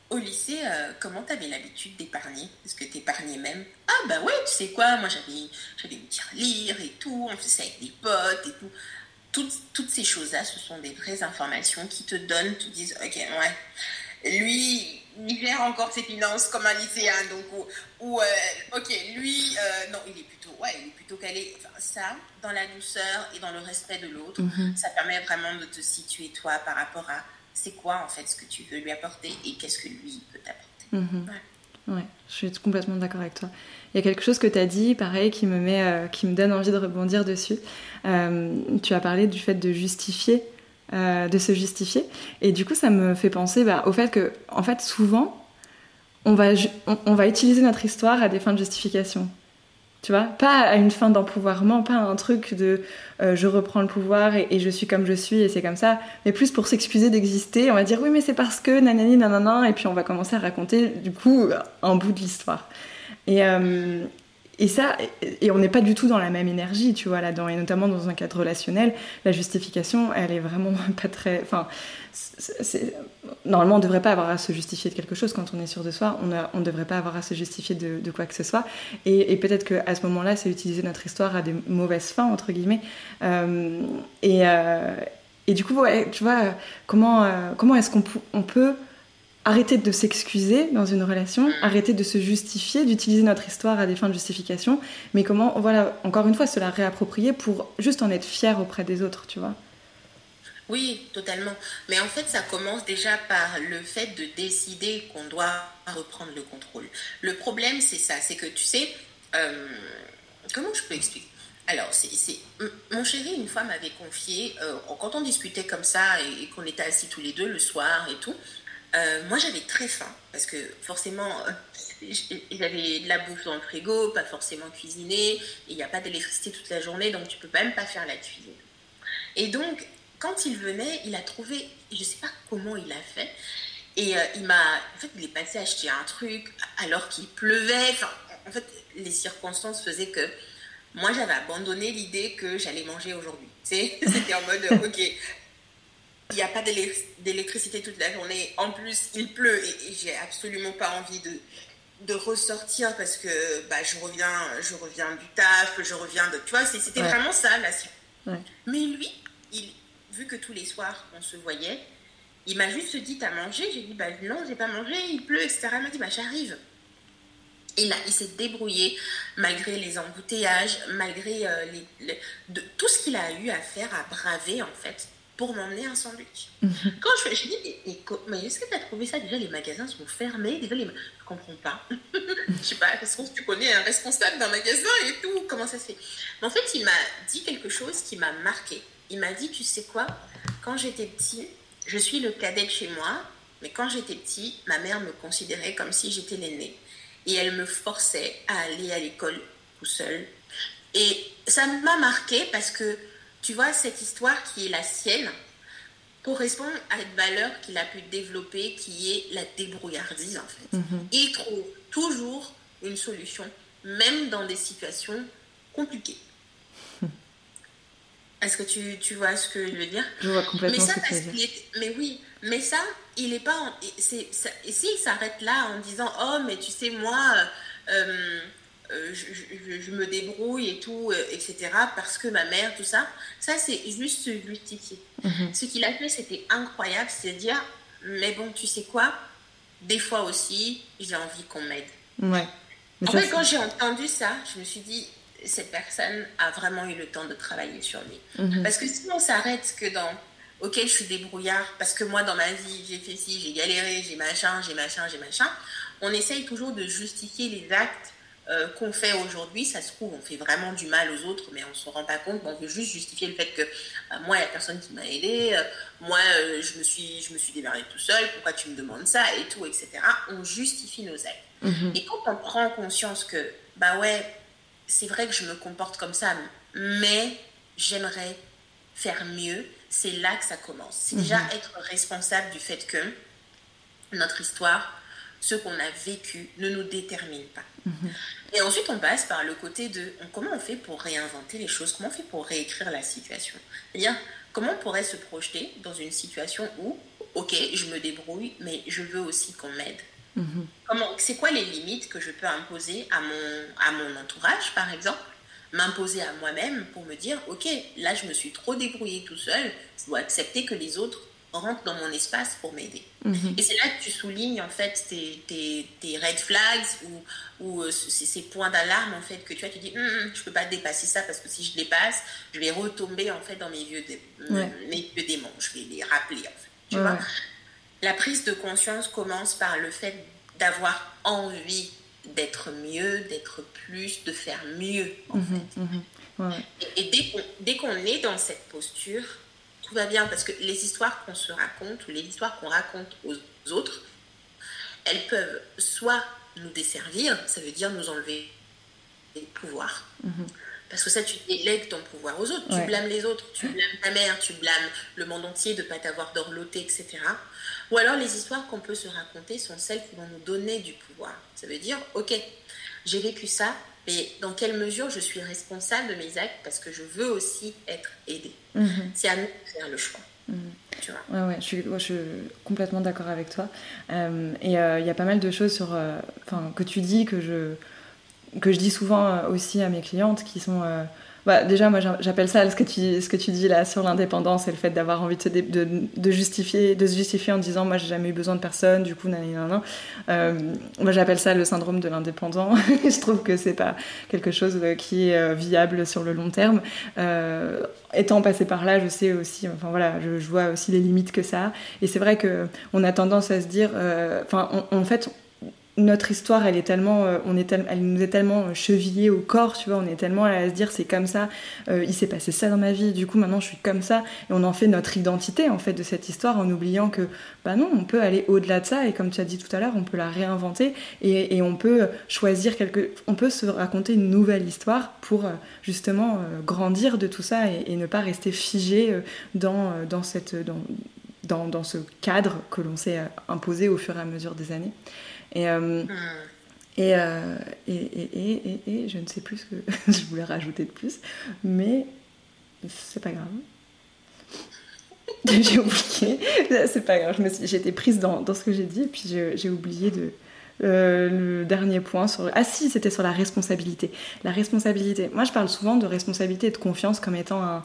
au lycée, comment tu avais l'habitude d'épargner? Est-ce que tu épargnais même? Ah bah ouais, tu sais quoi, moi j'avais une tirelire et tout, on faisait ça avec des potes et tout. Toutes ces choses-là, ce sont des vraies informations qui te donnent, te disent, ok, ouais, lui, il gère encore ses finances comme un lycéen, donc, ok, lui, non, il est plutôt calé. Enfin, ça, dans la douceur et dans le respect de l'autre, ça permet vraiment de te situer, toi, par rapport à c'est quoi, en fait, ce que tu veux lui apporter et qu'est-ce que lui peut t'apporter. Ouais, je suis complètement d'accord avec toi. Il y a quelque chose que tu as dit, pareil, qui me donne envie de rebondir dessus. Tu as parlé du fait de justifier, de se justifier. Et du coup, ça me fait penser au fait que, en fait, souvent, on va utiliser notre histoire à des fins de justification. Tu vois, pas à une fin d'empouvoirment, pas à un truc de je reprends le pouvoir et je suis comme je suis et c'est comme ça, mais plus pour s'excuser d'exister. On va dire oui, mais c'est parce que nanani nanana, et puis on va commencer à raconter du coup un bout de l'histoire. Et, et on n'est pas du tout dans la même énergie, tu vois, là-dedans, et notamment dans un cadre relationnel, la justification, elle est vraiment pas très. Enfin, normalement, on ne devrait pas avoir à se justifier de quelque chose quand on est sûr de soi, on ne devrait pas avoir à se justifier de quoi que ce soit. Et peut-être qu'à ce moment-là, c'est utiliser notre histoire à des mauvaises fins, entre guillemets. Et du coup, ouais, tu vois, comment est-ce qu'on peut arrêter de s'excuser dans une relation, arrêter de se justifier, d'utiliser notre histoire à des fins de justification, mais comment, voilà, encore une fois, se la réapproprier pour juste en être fier auprès des autres, tu vois. Oui, totalement. Mais en fait, ça commence déjà par le fait de décider qu'on doit reprendre le contrôle. Le problème, c'est ça, c'est que tu sais, comment je peux expliquer? Alors, mon chéri, une fois, m'avait confié, quand on discutait comme ça et qu'on était assis tous les deux le soir et tout, moi j'avais très faim parce que forcément j'avais de la bouffe dans le frigo, pas forcément cuisinée, il n'y a pas d'électricité toute la journée donc tu peux même pas faire la cuisine. Et donc quand il venait, il a trouvé, je sais pas comment il a fait, et en fait il est passé acheter un truc alors qu'il pleuvait. Enfin, en fait les circonstances faisaient que moi j'avais abandonné l'idée que j'allais manger aujourd'hui. C'était en mode ok, il n'y a pas d'électricité toute la journée. En plus, il pleut et j'ai absolument pas envie de ressortir parce que bah, je reviens du taf, je reviens de... Tu vois, c'était vraiment ça, la situation. Ouais. Mais lui, vu que tous les soirs, on se voyait, il m'a juste dit, t'as mangé? J'ai dit, bah non, j'ai pas mangé, il pleut, etc. Il m'a dit, bah j'arrive. Et là, il s'est débrouillé, malgré les embouteillages, malgré tout ce qu'il a eu à faire, à braver, en fait, pour m'emmener un sandwich. Quand je dis, mais est-ce que tu as trouvé ça? Déjà, les magasins sont fermés. Déjà, je comprends pas. Je sais pas, parce que tu connais un responsable d'un magasin et tout. Comment ça se fait? Mais en fait, il m'a dit quelque chose qui m'a marqué. Il m'a dit, tu sais quoi? Quand j'étais petit, je suis le cadet de chez moi, mais quand j'étais petit, ma mère me considérait comme si j'étais l'aîné. Et elle me forçait à aller à l'école tout seul. Et ça m'a marqué parce que, tu vois, cette histoire qui est la sienne correspond à une valeur qu'il a pu développer qui est la débrouillardise, en fait. Il trouve toujours une solution, même dans des situations compliquées. Est-ce que tu vois ce que je veux dire? Je vois complètement mais ça, ce que tu veux dire. Mais oui, mais ça, il est pas... Et s'il s'arrête là en disant « Oh, mais tu sais, moi, je me débrouille et tout, etc. parce que ma mère, tout ça », ça, c'est juste se justifier. Ce qu'il a fait, c'était incroyable, c'est de dire « Mais bon, tu sais quoi? Des fois aussi, j'ai envie qu'on m'aide. » Ouais. En fait, quand j'ai entendu ça, je me suis dit... cette personne a vraiment eu le temps de travailler sur lui. Parce que si on s'arrête que dans « Ok, je suis débrouillard, parce que moi, dans ma vie, j'ai fait ci, j'ai galéré, j'ai machin, on essaye toujours de justifier les actes qu'on fait aujourd'hui. Ça se trouve, on fait vraiment du mal aux autres, mais on ne se rend pas compte. On veut juste justifier le fait que moi, il n'y a personne qui m'a aidé, moi, je me suis démerdé tout seul, pourquoi tu me demandes ça, et tout, etc. On justifie nos actes. Et quand on prend conscience que, bah ouais, c'est vrai que je me comporte comme ça, mais j'aimerais faire mieux, c'est là que ça commence. C'est déjà être responsable du fait que notre histoire, ce qu'on a vécu, ne nous détermine pas. Et ensuite, on passe par le côté de comment on fait pour réinventer les choses, comment on fait pour réécrire la situation. C'est-à-dire, comment on pourrait se projeter dans une situation où, ok, je me débrouille, mais je veux aussi qu'on m'aide. Mhm. C'est quoi les limites que je peux imposer à mon entourage, par exemple, m'imposer à moi-même pour me dire, ok, là je me suis trop débrouillée tout seul, je dois accepter que les autres rentrent dans mon espace pour m'aider. Mhm. Et c'est là que tu soulignes en fait tes red flags ou ces points d'alarme en fait que tu as, tu dis, je peux pas dépasser ça parce que si je dépasse, je vais retomber en fait dans mes vieux démons, je vais les rappeler en fait. Tu vois, la prise de conscience commence par le fait d'avoir envie d'être mieux, d'être plus, de faire mieux en fait. Et dès qu'on est dans cette posture, tout va bien parce que les histoires qu'on se raconte ou les histoires qu'on raconte aux autres, elles peuvent soit nous desservir, ça veut dire nous enlever le pouvoir. Parce que ça, tu délègues ton pouvoir aux autres. Tu blâmes les autres, tu blâmes ta mère, tu blâmes le monde entier de ne pas t'avoir dorloté, etc. Ou alors, les histoires qu'on peut se raconter sont celles qui vont nous donner du pouvoir. Ça veut dire, ok, j'ai vécu ça, mais dans quelle mesure je suis responsable de mes actes parce que je veux aussi être aidée. C'est à nous de faire le choix. Tu vois. Je suis complètement d'accord avec toi. Et il y a pas mal de choses que tu dis que je dis souvent aussi à mes clientes qui sont... déjà, moi, j'appelle ça ce que tu dis là sur l'indépendance et le fait d'avoir envie de se justifier en disant « moi, j'ai jamais eu besoin de personne, du coup, nanana ». Moi, j'appelle ça le syndrome de l'indépendant. Je trouve que c'est pas quelque chose qui est viable sur le long terme. Étant passée par là, je sais aussi... je vois aussi les limites que ça a. Et c'est vrai qu'on a tendance à se dire... en fait... Notre histoire, elle nous est tellement chevillée au corps, tu vois, on est tellement à se dire c'est comme ça, il s'est passé ça dans ma vie, du coup maintenant je suis comme ça, et on en fait notre identité en fait de cette histoire en oubliant que non, on peut aller au-delà de ça, et comme tu as dit tout à l'heure, on peut la réinventer et on peut choisir on peut se raconter une nouvelle histoire pour justement grandir de tout ça et ne pas rester figé dans ce cadre que l'on s'est imposé au fur et à mesure des années. Et je ne sais plus ce que je voulais rajouter de plus, mais c'est pas grave. J'ai oublié, c'est pas grave, j'ai été prise dans ce que j'ai dit, et puis j'ai oublié le dernier point c'était sur la responsabilité. La responsabilité, moi je parle souvent de responsabilité et de confiance comme étant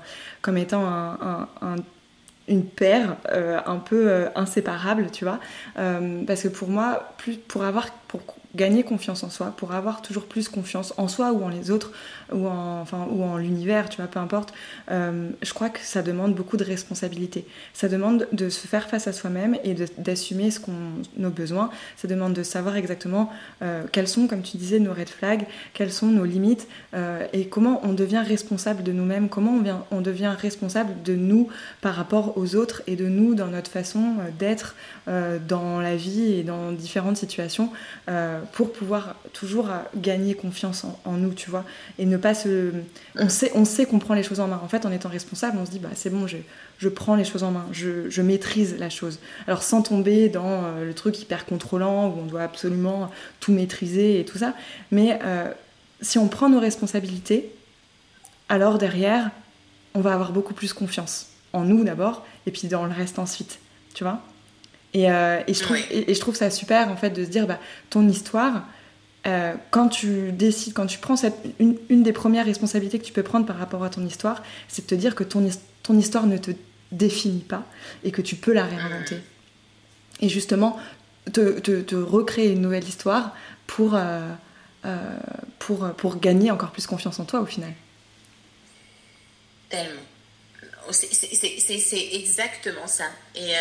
une paire un peu inséparable, tu vois, parce que pour moi, pour gagner confiance en soi, pour avoir toujours plus confiance en soi ou en les autres ou en l'univers, tu vois, peu importe, je crois que ça demande beaucoup de responsabilité. Ça demande de se faire face à soi-même et d'assumer nos besoins. Ça demande de savoir exactement quels sont, comme tu disais, nos red flags, quelles sont nos limites et comment on devient responsable de nous-mêmes, comment on devient responsable de nous par rapport aux autres et de nous dans notre façon d'être dans la vie et dans différentes situations pour pouvoir toujours gagner confiance en nous, tu vois, et ne pas on sait qu'on prend les choses en main. En fait, en étant responsable, on se dit c'est bon, je prends les choses en main, je maîtrise la chose. Alors sans tomber dans le truc hyper contrôlant où on doit absolument tout maîtriser et tout ça, mais si on prend nos responsabilités, alors derrière, on va avoir beaucoup plus confiance en nous d'abord, et puis dans le reste ensuite, tu vois. Et je trouve ça super en fait de se dire ton histoire, quand tu prends une des premières responsabilités que tu peux prendre par rapport à ton histoire, c'est de te dire que ton histoire ne te définit pas et que tu peux la réinventer. Et justement, te recréer une nouvelle histoire pour gagner encore plus confiance en toi au final. Tellement. C'est exactement ça. Et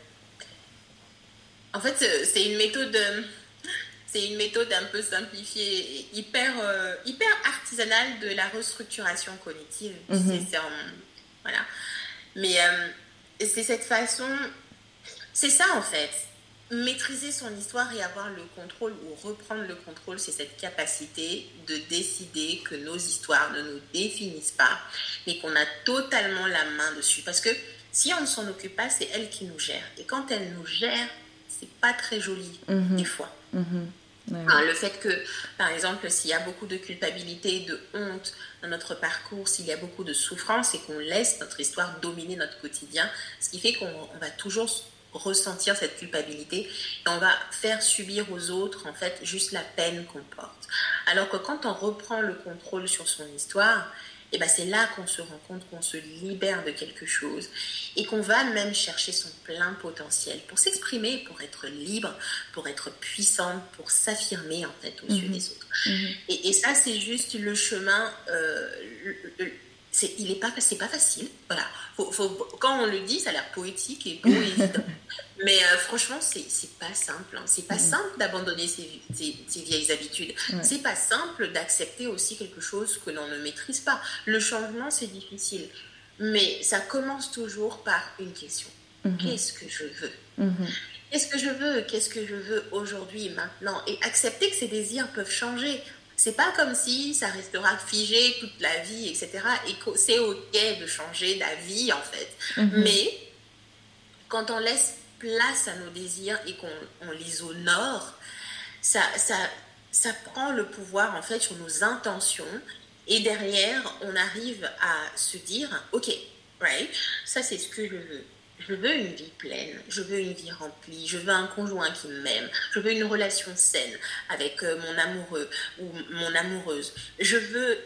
en fait, c'est une méthode un peu simplifiée, hyper artisanale de la restructuration cognitive. Voilà. Mais c'est cette façon, c'est ça en fait. Maîtriser son histoire et avoir le contrôle ou reprendre le contrôle, c'est cette capacité de décider que nos histoires ne nous définissent pas, mais qu'on a totalement la main dessus. Parce que si on ne s'en occupe pas, c'est elle qui nous gère. Et quand elle nous gère, c'est pas très joli des fois. Le fait que, par exemple, s'il y a beaucoup de culpabilité, de honte dans notre parcours, s'il y a beaucoup de souffrance et qu'on laisse notre histoire dominer notre quotidien, ce qui fait qu'on va toujours ressentir cette culpabilité et on va faire subir aux autres en fait juste la peine qu'on porte. Alors que quand on reprend le contrôle sur son histoire, et ben c'est là qu'on se rend compte qu'on se libère de quelque chose et qu'on va même chercher son plein potentiel pour s'exprimer, pour être libre, pour être puissante, pour s'affirmer en fait aux yeux des autres. Et ça c'est juste le chemin. C'est pas facile, voilà. Quand on le dit, ça a l'air poétique et beau et évident. Mais franchement, c'est pas simple. Hein. C'est pas simple d'abandonner ses vieilles habitudes. Ouais. C'est pas simple d'accepter aussi quelque chose que l'on ne maîtrise pas. Le changement, c'est difficile. Mais ça commence toujours par une question. Qu'est-ce que je veux Qu'est-ce que je veux Qu'est-ce que je veux aujourd'hui, maintenant? Et accepter que ces désirs peuvent changer. C'est pas comme si ça restera figé toute la vie, etc. Et que c'est ok de changer d'avis, en fait. Mais quand on laisse place à nos désirs et qu'on les honore, ça prend le pouvoir, en fait, sur nos intentions. Et derrière, on arrive à se dire, ok, right, ça c'est ce que je veux. Je veux une vie pleine, je veux une vie remplie, je veux un conjoint qui m'aime, je veux une relation saine avec mon amoureux ou mon amoureuse. Je veux,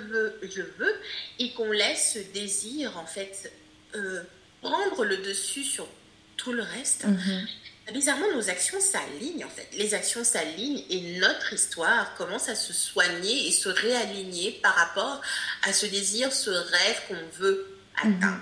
et qu'on laisse ce désir, en fait, prendre le dessus sur tout le reste. Bizarrement, nos actions s'alignent, en fait. Les actions s'alignent et notre histoire commence à se soigner et se réaligner par rapport à ce désir, ce rêve qu'on veut atteindre.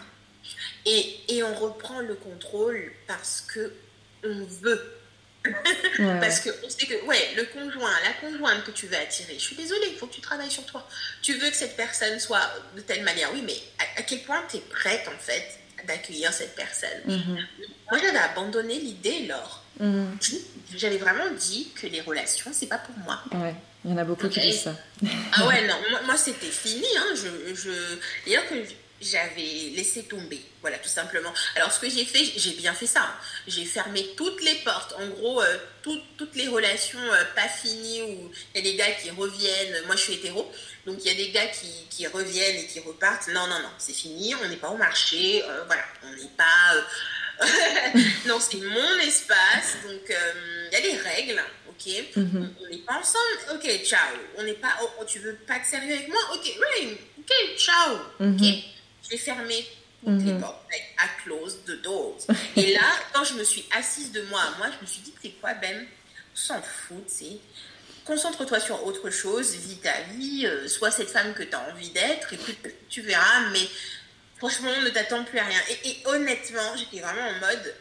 Et on reprend le contrôle parce qu'on veut. Parce qu'on sait que, le conjoint, la conjointe que tu veux attirer, je suis désolée, il faut que tu travailles sur toi. Tu veux que cette personne soit de telle manière, oui, mais à quel point tu es prête, en fait, d'accueillir cette personne. Moi, j'avais abandonné l'idée, Laure. J'avais vraiment dit que les relations, c'est pas pour moi. Ouais, il y en a beaucoup qui disent ça. Ah ouais, non, moi c'était fini. Hein. D'ailleurs que j'avais laissé tomber, voilà, tout simplement. Alors, ce que j'ai fait, j'ai bien fait ça. Hein. J'ai fermé toutes les portes. En gros, toutes les relations pas finies où il y a des gars qui reviennent. Moi, je suis hétéro. Donc, il y a des gars qui reviennent et qui repartent. Non, c'est fini. On n'est pas au marché. Voilà, on n'est pas... non, c'est mon espace. Donc, il y a des règles. Ok, on n'est pas ensemble. Ok, ciao. On n'est pas... Oh, tu veux pas de sérieux avec moi? Ok, right. Ok, ciao. Ok. J'ai fermé toutes les portes. I closed the doors. Et là, quand je me suis assise de moi à moi, je me suis dit, c'est quoi, Ben? On s'en fout, tu sais. Concentre-toi sur autre chose, vis ta vie, sois cette femme que tu as envie d'être, et puis tu verras, mais franchement, ne t'attends plus à rien. Et honnêtement, j'étais vraiment en mode,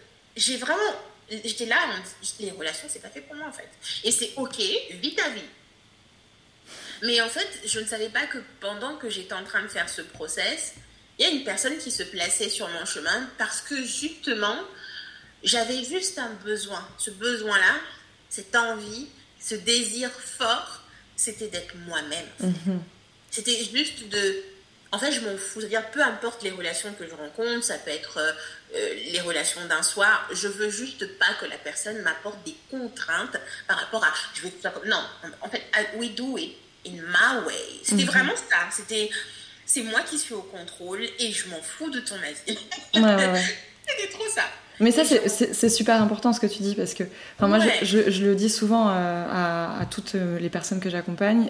j'étais là, les relations, c'est pas fait pour moi, en fait. Et c'est ok, vis ta vie. Mais en fait, je ne savais pas que pendant que j'étais en train de faire ce process, il y a une personne qui se plaçait sur mon chemin parce que justement, j'avais juste un besoin. Ce besoin-là, cette envie, ce désir fort, c'était d'être moi-même. C'était juste de... En fait, je m'en fous. C'est-à-dire, peu importe les relations que je rencontre, ça peut être les relations d'un soir, je veux juste pas que la personne m'apporte des contraintes par rapport à... Je veux que ça... Non, en fait, we do it in my way. C'était vraiment ça. C'est moi qui suis au contrôle et je m'en fous de ton avis. Ouais. C'était trop ça. Mais ça, c'est super important ce que tu dis parce que moi, je le dis souvent à toutes les personnes que j'accompagne.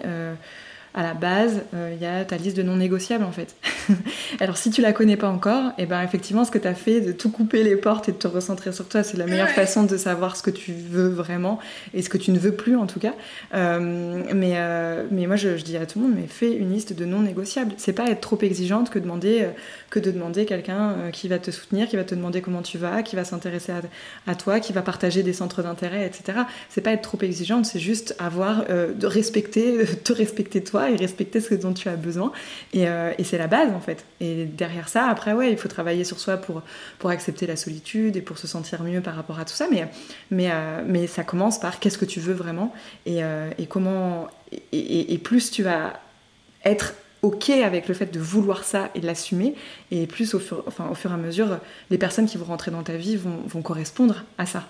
À la base, il y a ta liste de non négociables en fait. Alors si tu la connais pas encore, et ben effectivement ce que tu as fait de tout couper les portes et de te recentrer sur toi, c'est la meilleure façon de savoir ce que tu veux vraiment et ce que tu ne veux plus en tout cas. Mais moi je dis à tout le monde, mais fais une liste de non négociables. C'est pas être trop exigeante que de demander quelqu'un qui va te soutenir, qui va te demander comment tu vas, qui va s'intéresser à toi, qui va partager des centres d'intérêt, etc. C'est pas être trop exigeante, c'est juste avoir te respecter toi et respecter ce dont tu as besoin et c'est la base en fait. Et derrière ça, après il faut travailler sur soi pour accepter la solitude et pour se sentir mieux par rapport à tout ça, mais ça commence par qu'est-ce que tu veux vraiment et comment et plus tu vas être ok avec le fait de vouloir ça et de l'assumer, et plus au fur et à mesure les personnes qui vont rentrer dans ta vie vont correspondre à ça.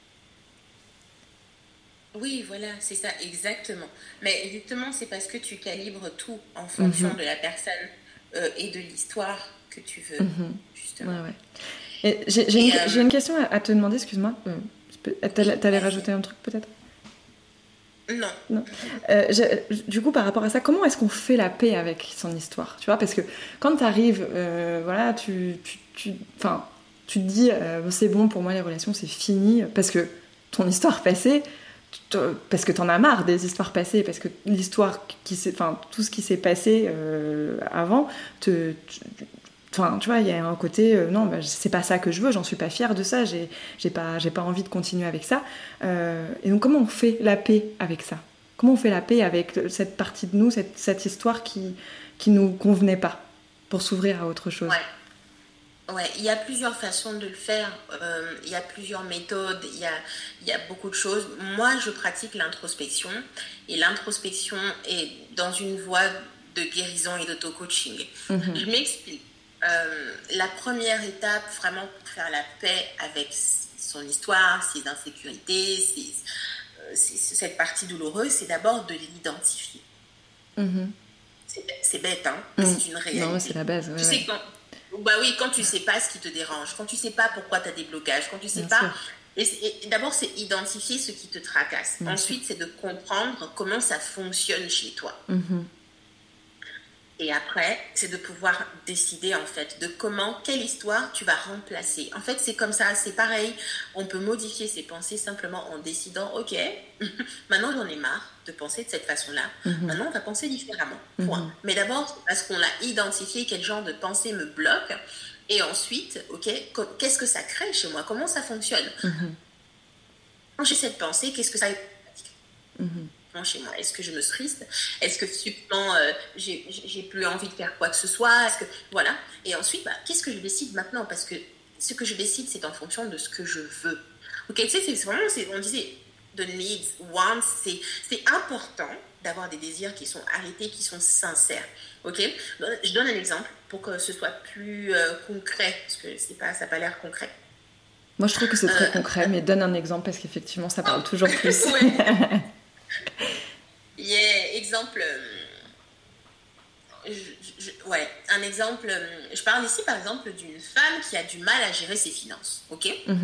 Oui, voilà, c'est ça, exactement. Mais justement, c'est parce que tu calibres tout en fonction de la personne et de l'histoire que tu veux, justement. Ouais. Et j'ai une question à te demander, excuse-moi. T'allais rajouter un truc peut-être? Non. Non. Du coup, par rapport à ça, comment est-ce qu'on fait la paix avec son histoire? Tu vois, parce que quand tu arrives, voilà, enfin, tu te dis, c'est bon, pour moi, les relations, c'est fini, parce que ton histoire passée, parce que t'en as marre des histoires passées, parce que l'histoire enfin, tout ce qui s'est passé avant, enfin, tu vois, il y a un côté, non, bah, c'est pas ça que je veux, j'en suis pas fière de ça, j'ai pas envie de continuer avec ça. Et donc, comment on fait la paix avec ça? Comment on fait la paix avec cette partie de nous, cette histoire qui nous convenait pas, pour s'ouvrir à autre chose? Ouais, il y a plusieurs façons de le faire, il y a plusieurs méthodes, il y a beaucoup de choses. Moi, je pratique l'introspection et l'introspection est dans une voie de guérison et d'auto-coaching. Je m'explique. La première étape, vraiment pour faire la paix avec son histoire, ses insécurités, cette partie douloureuse, c'est d'abord de l'identifier. C'est bête, hein, mais c'est une réalité. Non, c'est la base. Tu sais, bah oui, quand tu sais pas ce qui te dérange, quand tu sais pas pourquoi tu as des blocages, quand tu sais pas... Et d'abord, c'est identifier ce qui te tracasse. Ensuite, c'est de comprendre comment ça fonctionne chez toi. Et après, c'est de pouvoir décider, en fait, de quelle histoire tu vas remplacer. En fait, c'est comme ça, c'est pareil. On peut modifier ses pensées simplement en décidant, OK, maintenant j'en ai marre de penser de cette façon-là. Maintenant, on va penser différemment. Point. Mais d'abord, c'est parce qu'on a identifié quel genre de pensée me bloque. Et ensuite, OK, qu'est-ce que ça crée chez moi? Comment ça fonctionne? Quand j'ai cette pensée, qu'est-ce que ça chez moi? Est-ce que je me triste? Est-ce que subitement j'ai plus envie de faire quoi que ce soit? Est-ce que voilà. Et ensuite, qu'est-ce que je décide maintenant? Parce que ce que je décide, c'est en fonction de ce que je veux. Ok, tu sais, c'est vraiment, on disait the needs, wants, c'est important d'avoir des désirs qui sont arrêtés, qui sont sincères. Ok, je donne un exemple pour que ce soit plus concret, parce que ça n'a pas l'air concret. Moi, je trouve que c'est très concret, mais donne un exemple parce qu'effectivement, ça parle toujours plus. Exemple. Un exemple. Je parle ici, par exemple, d'une femme qui a du mal à gérer ses finances. Ok.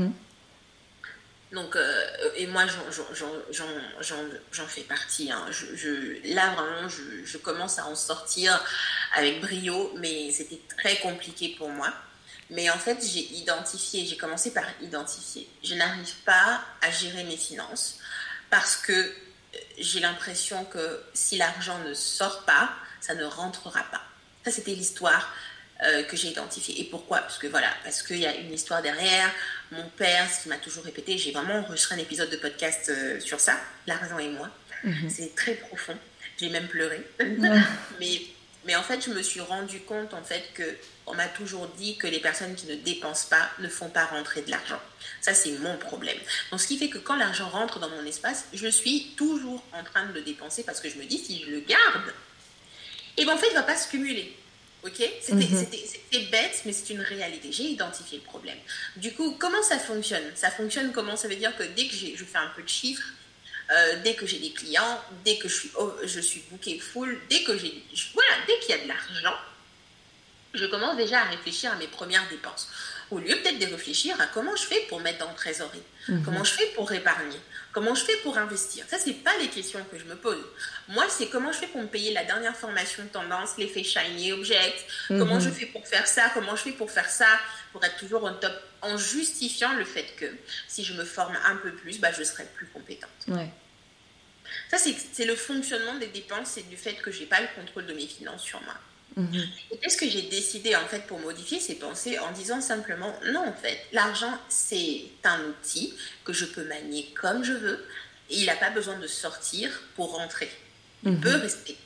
Donc, et moi, j'en fais partie. Hein. Là, vraiment, je commence à en sortir avec brio, mais c'était très compliqué pour moi. Mais en fait, j'ai commencé par identifier. Je n'arrive pas à gérer mes finances parce que j'ai l'impression que si l'argent ne sort pas, ça ne rentrera pas. Ça, c'était l'histoire que j'ai identifiée. Et pourquoi? Parce qu'il y a une histoire derrière. Mon père, ce qu'il m'a toujours répété, j'ai vraiment enregistré un épisode de podcast sur ça, l'argent et moi. C'est très profond. J'ai même pleuré. Mais en fait, je me suis rendu compte en fait qu'on m'a toujours dit que les personnes qui ne dépensent pas ne font pas rentrer de l'argent. Ça, c'est mon problème. Donc, ce qui fait que quand l'argent rentre dans mon espace, je suis toujours en train de le dépenser parce que je me dis, si je le garde, et ben en fait, il ne va pas se cumuler. Ok, c'était bête, mais c'est une réalité. J'ai identifié le problème. Du coup, comment ça fonctionne? Ça fonctionne comment? Ça veut dire que dès que je fais un peu de chiffres, dès que j'ai des clients, dès que je suis bookée full, dès qu'il y a de l'argent, je commence déjà à réfléchir à mes premières dépenses. Au lieu peut-être de réfléchir à comment je fais pour mettre dans le trésorerie, comment je fais pour épargner, comment je fais pour investir. Ça, c'est pas les questions que je me pose. Moi, c'est comment je fais pour me payer la dernière formation tendance, l'effet shiny object, comment je fais pour faire ça, comment je fais pour faire ça, pour être toujours au top, en justifiant le fait que si je me forme un peu plus, je serai plus compétente. Ouais. Ça, c'est le fonctionnement des dépenses et du fait que j'ai pas le contrôle de mes finances sur moi. Et qu'est-ce que j'ai décidé en fait pour modifier ces pensées en disant simplement non, en fait, l'argent c'est un outil que je peux manier comme je veux et il n'a pas besoin de sortir pour rentrer. Il peut rester.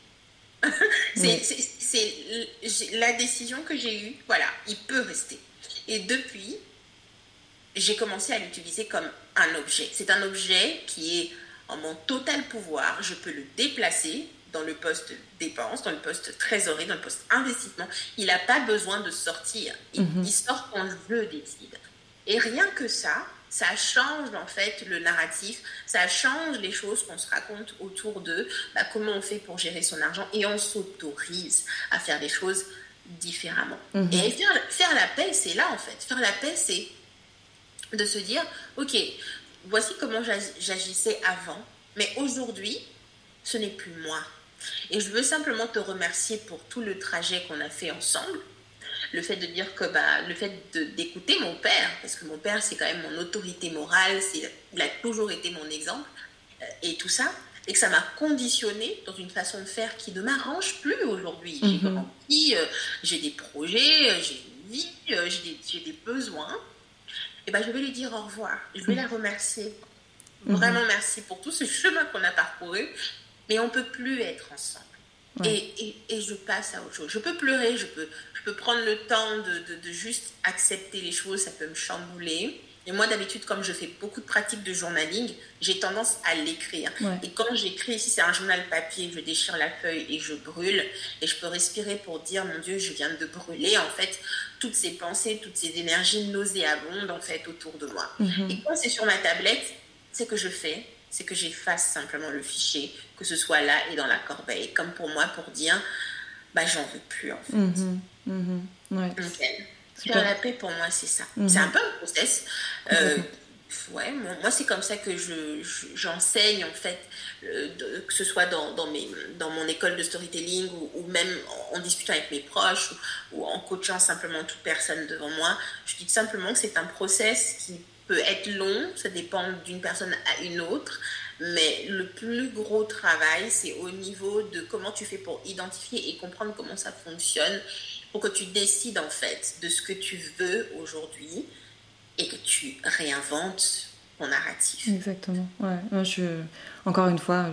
C'est la décision que j'ai eue, voilà, il peut rester. Et depuis, j'ai commencé à l'utiliser comme un objet. C'est un objet qui est en mon total pouvoir, je peux le déplacer dans le poste dépense, dans le poste trésorerie, dans le poste investissement. Il n'a pas besoin de sortir. Il sort quand je décide. Et rien que ça change en fait le narratif, ça change les choses qu'on se raconte autour de comment on fait pour gérer son argent et on s'autorise à faire des choses différemment. Et faire la paix, c'est là en fait. Faire la paix, c'est de se dire, ok, voici comment j'agissais avant, mais aujourd'hui, ce n'est plus moi. Et je veux simplement te remercier pour tout le trajet qu'on a fait ensemble. Le fait de dire que, le fait d'écouter mon père, parce que mon père, c'est quand même mon autorité morale, il a toujours été mon exemple, et tout ça, et que ça m'a conditionné dans une façon de faire qui ne m'arrange plus aujourd'hui. J'ai grandi, j'ai des projets, j'ai une vie, j'ai des besoins. Et je vais lui dire au revoir. Je vais la remercier. Vraiment merci pour tout ce chemin qu'on a parcouru. Mais on ne peut plus être ensemble. Ouais. Et je passe à autre chose. Je peux pleurer, je peux prendre le temps de juste accepter les choses, ça peut me chambouler. Et moi, d'habitude, comme je fais beaucoup de pratiques de journaling, j'ai tendance à l'écrire. Ouais. Et quand j'écris, si c'est un journal papier, je déchire la feuille et je brûle. Et je peux respirer pour dire, mon Dieu, je viens de brûler, en fait, toutes ces pensées, toutes ces énergies nauséabondes, en fait, autour de moi. Et quand c'est sur ma tablette, c'est que je fais, c'est que j'efface simplement le fichier, que ce soit là et dans la corbeille, comme pour moi, pour dire, j'en veux plus, en fait. Ouais. Okay. Faire la paix, pour moi, c'est ça. C'est un peu un process. Moi, c'est comme ça que j'enseigne, en fait, que ce soit dans mon école de storytelling ou même en discutant avec mes proches ou en coachant simplement toute personne devant moi. Je dis simplement que c'est un process qui peut être long, ça dépend d'une personne à une autre, mais le plus gros travail, c'est au niveau de comment tu fais pour identifier et comprendre comment ça fonctionne, pour que tu décides en fait de ce que tu veux aujourd'hui et que tu réinventes ton narratif. Exactement. Ouais. Encore une fois,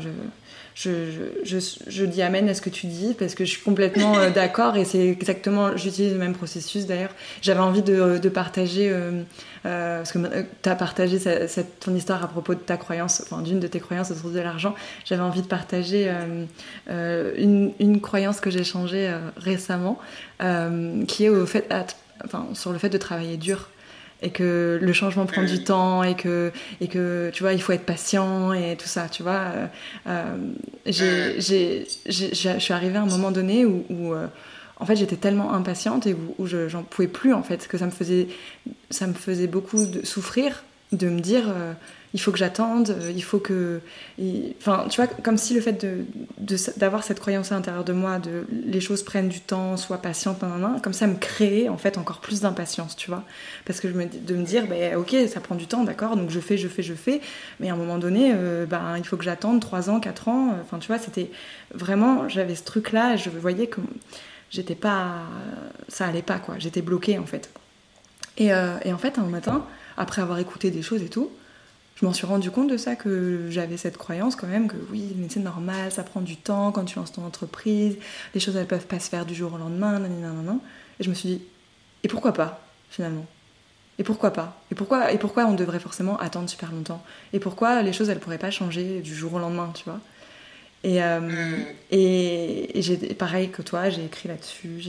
je dis amen à ce que tu dis parce que je suis complètement d'accord et c'est exactement, j'utilise le même processus d'ailleurs. J'avais envie de partager, parce que tu as partagé ton histoire à propos de ta croyance, enfin d'une de tes croyances autour de l'argent. J'avais envie de partager une croyance que j'ai changée récemment, qui est sur le fait de travailler dur. Et que le changement prend du temps et que tu vois il faut être patient et tout ça, tu vois. Je suis arrivée à un moment donné où en fait j'étais tellement impatiente et où j'en pouvais plus en fait, que ça me faisait beaucoup souffrir de me dire il faut que j'attende, il faut que... Enfin, tu vois, comme si le fait d'avoir cette croyance à l'intérieur de moi, les choses prennent du temps, sois patiente, comme ça me créait en fait encore plus d'impatience, tu vois. Parce que de me dire, ok, ça prend du temps, d'accord, donc je fais, mais à un moment donné, il faut que j'attende 3 ans, 4 ans, enfin, tu vois, c'était vraiment... J'avais ce truc-là, et je voyais que j'étais pas... Ça allait pas, quoi, j'étais bloquée, en fait. Et en fait, un matin, après avoir écouté des choses et tout, je m'en suis rendu compte de ça, que j'avais cette croyance quand même que oui, mais c'est normal, ça prend du temps quand tu lances ton entreprise, les choses elles peuvent pas se faire du jour au lendemain, nanana. Et je me suis dit, et pourquoi pas finalement ? Et pourquoi pas ? Et pourquoi on devrait forcément attendre super longtemps ? Et pourquoi les choses elles pourraient pas changer du jour au lendemain, tu vois ? Et j'ai, pareil que toi, j'ai écrit là-dessus,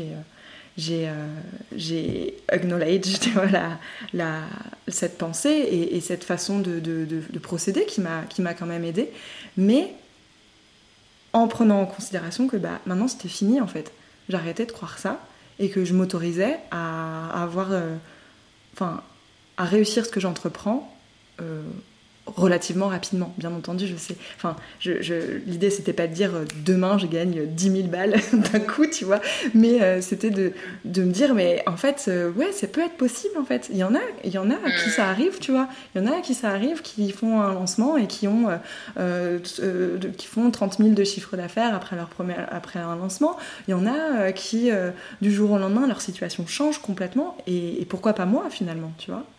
j'ai acknowledged cette pensée et cette façon de procéder qui m'a quand même aidée, mais en prenant en considération que maintenant c'était fini en fait. J'arrêtais de croire ça et que je m'autorisais à avoir à réussir ce que j'entreprends relativement rapidement, bien entendu, je sais. Enfin, l'idée, c'était pas de dire demain, je gagne 10 000 balles d'un coup, tu vois, mais c'était de me dire, mais en fait, ouais, ça peut être possible, en fait. Il y en a à qui ça arrive, tu vois. Il y en a à qui ça arrive, qui font un lancement et qui font 30 000 de chiffre d'affaires après un lancement. Il y en a qui, du jour au lendemain, leur situation change complètement. Et pourquoi pas moi, finalement, tu vois.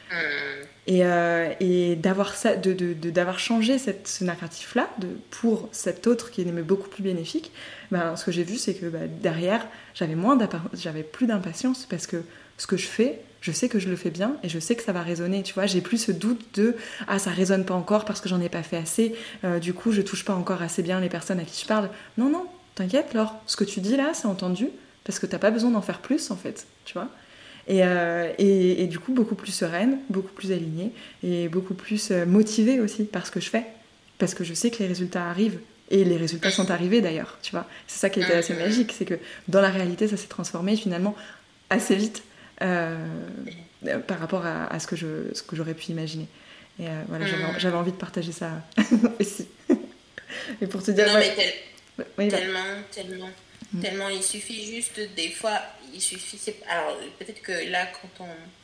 Et d'avoir d'avoir changé ce narratif-là pour cet autre qui est beaucoup plus bénéfique, ce que j'ai vu, c'est que derrière, j'avais plus d'impatience parce que ce que je fais, je sais que je le fais bien et je sais que ça va résonner, tu vois. J'ai plus ce doute de « Ah, ça résonne pas encore parce que j'en ai pas fait assez, du coup, je touche pas encore assez bien les personnes à qui je parle. » Non, t'inquiète, Laure, ce que tu dis là, c'est entendu parce que t'as pas besoin d'en faire plus, en fait, tu vois. Et du coup beaucoup plus sereine, beaucoup plus alignée et beaucoup plus motivée aussi par ce que je fais, parce que je sais que les résultats arrivent Et les résultats sont arrivés d'ailleurs, tu vois. C'est ça qui était assez magique, c'est que dans la réalité, ça s'est transformé finalement assez vite par rapport à ce que j'aurais pu imaginer. Et voilà, j'avais envie de partager ça aussi. Et pour te dire... Non, mais tellement. Il suffit juste, des fois, alors, peut-être que là, quand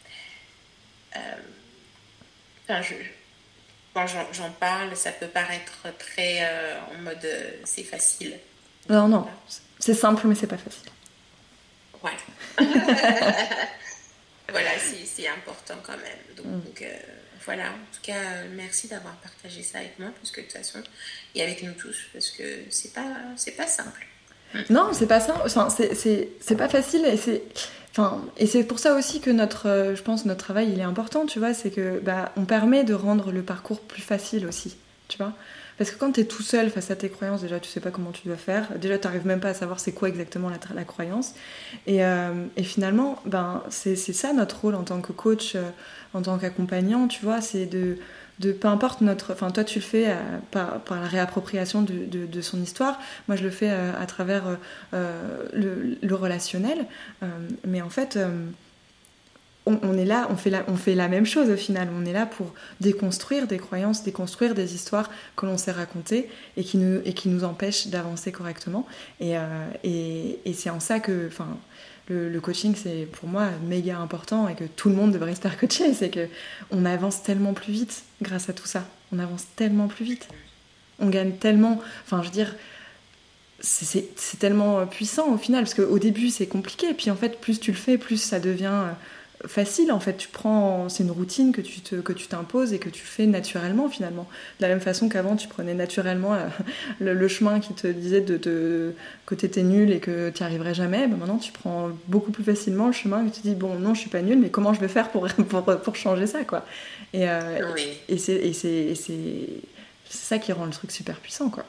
j'en parle, ça peut paraître très en mode c'est facile. Non, c'est simple, mais c'est pas facile. Voilà. Voilà, c'est important quand même. Donc, voilà, en tout cas, merci d'avoir partagé ça avec moi, parce que de toute façon, et avec nous tous, parce que c'est pas simple. Non, c'est pas ça. Enfin, c'est pas facile et c'est pour ça aussi que je pense notre travail il est important, tu vois, c'est que on permet de rendre le parcours plus facile aussi, tu vois. Parce que quand t'es tout seul face à tes croyances, déjà tu sais pas comment tu dois faire, déjà t'arrives même pas à savoir c'est quoi exactement la croyance. Et finalement, c'est ça notre rôle en tant que coach, en tant qu'accompagnant, tu vois, c'est de peu importe enfin toi tu le fais par la réappropriation de son histoire, moi je le fais à travers le relationnel, mais en fait on est là, on fait la même chose au final. On est là pour déconstruire des croyances, déconstruire des histoires que l'on s'est racontées et qui nous empêchent d'avancer correctement. Et c'est en ça que, le coaching, c'est pour moi méga important et que tout le monde devrait se faire coacher. C'est que on avance tellement plus vite grâce à tout ça. On avance tellement plus vite. On gagne tellement. Enfin, je veux dire. C'est tellement puissant au final, parce qu'au début c'est compliqué, et puis en fait plus tu le fais, plus ça devient facile. En fait, c'est une routine que tu t'imposes et que tu fais naturellement finalement. De la même façon qu'avant tu prenais naturellement le chemin qui te disait que t'étais nul et que tu n'y arriverais jamais, maintenant tu prends beaucoup plus facilement le chemin et tu te dis bon non je suis pas nul, mais comment je vais faire pour changer ça quoi. Et c'est ça qui rend le truc super puissant quoi.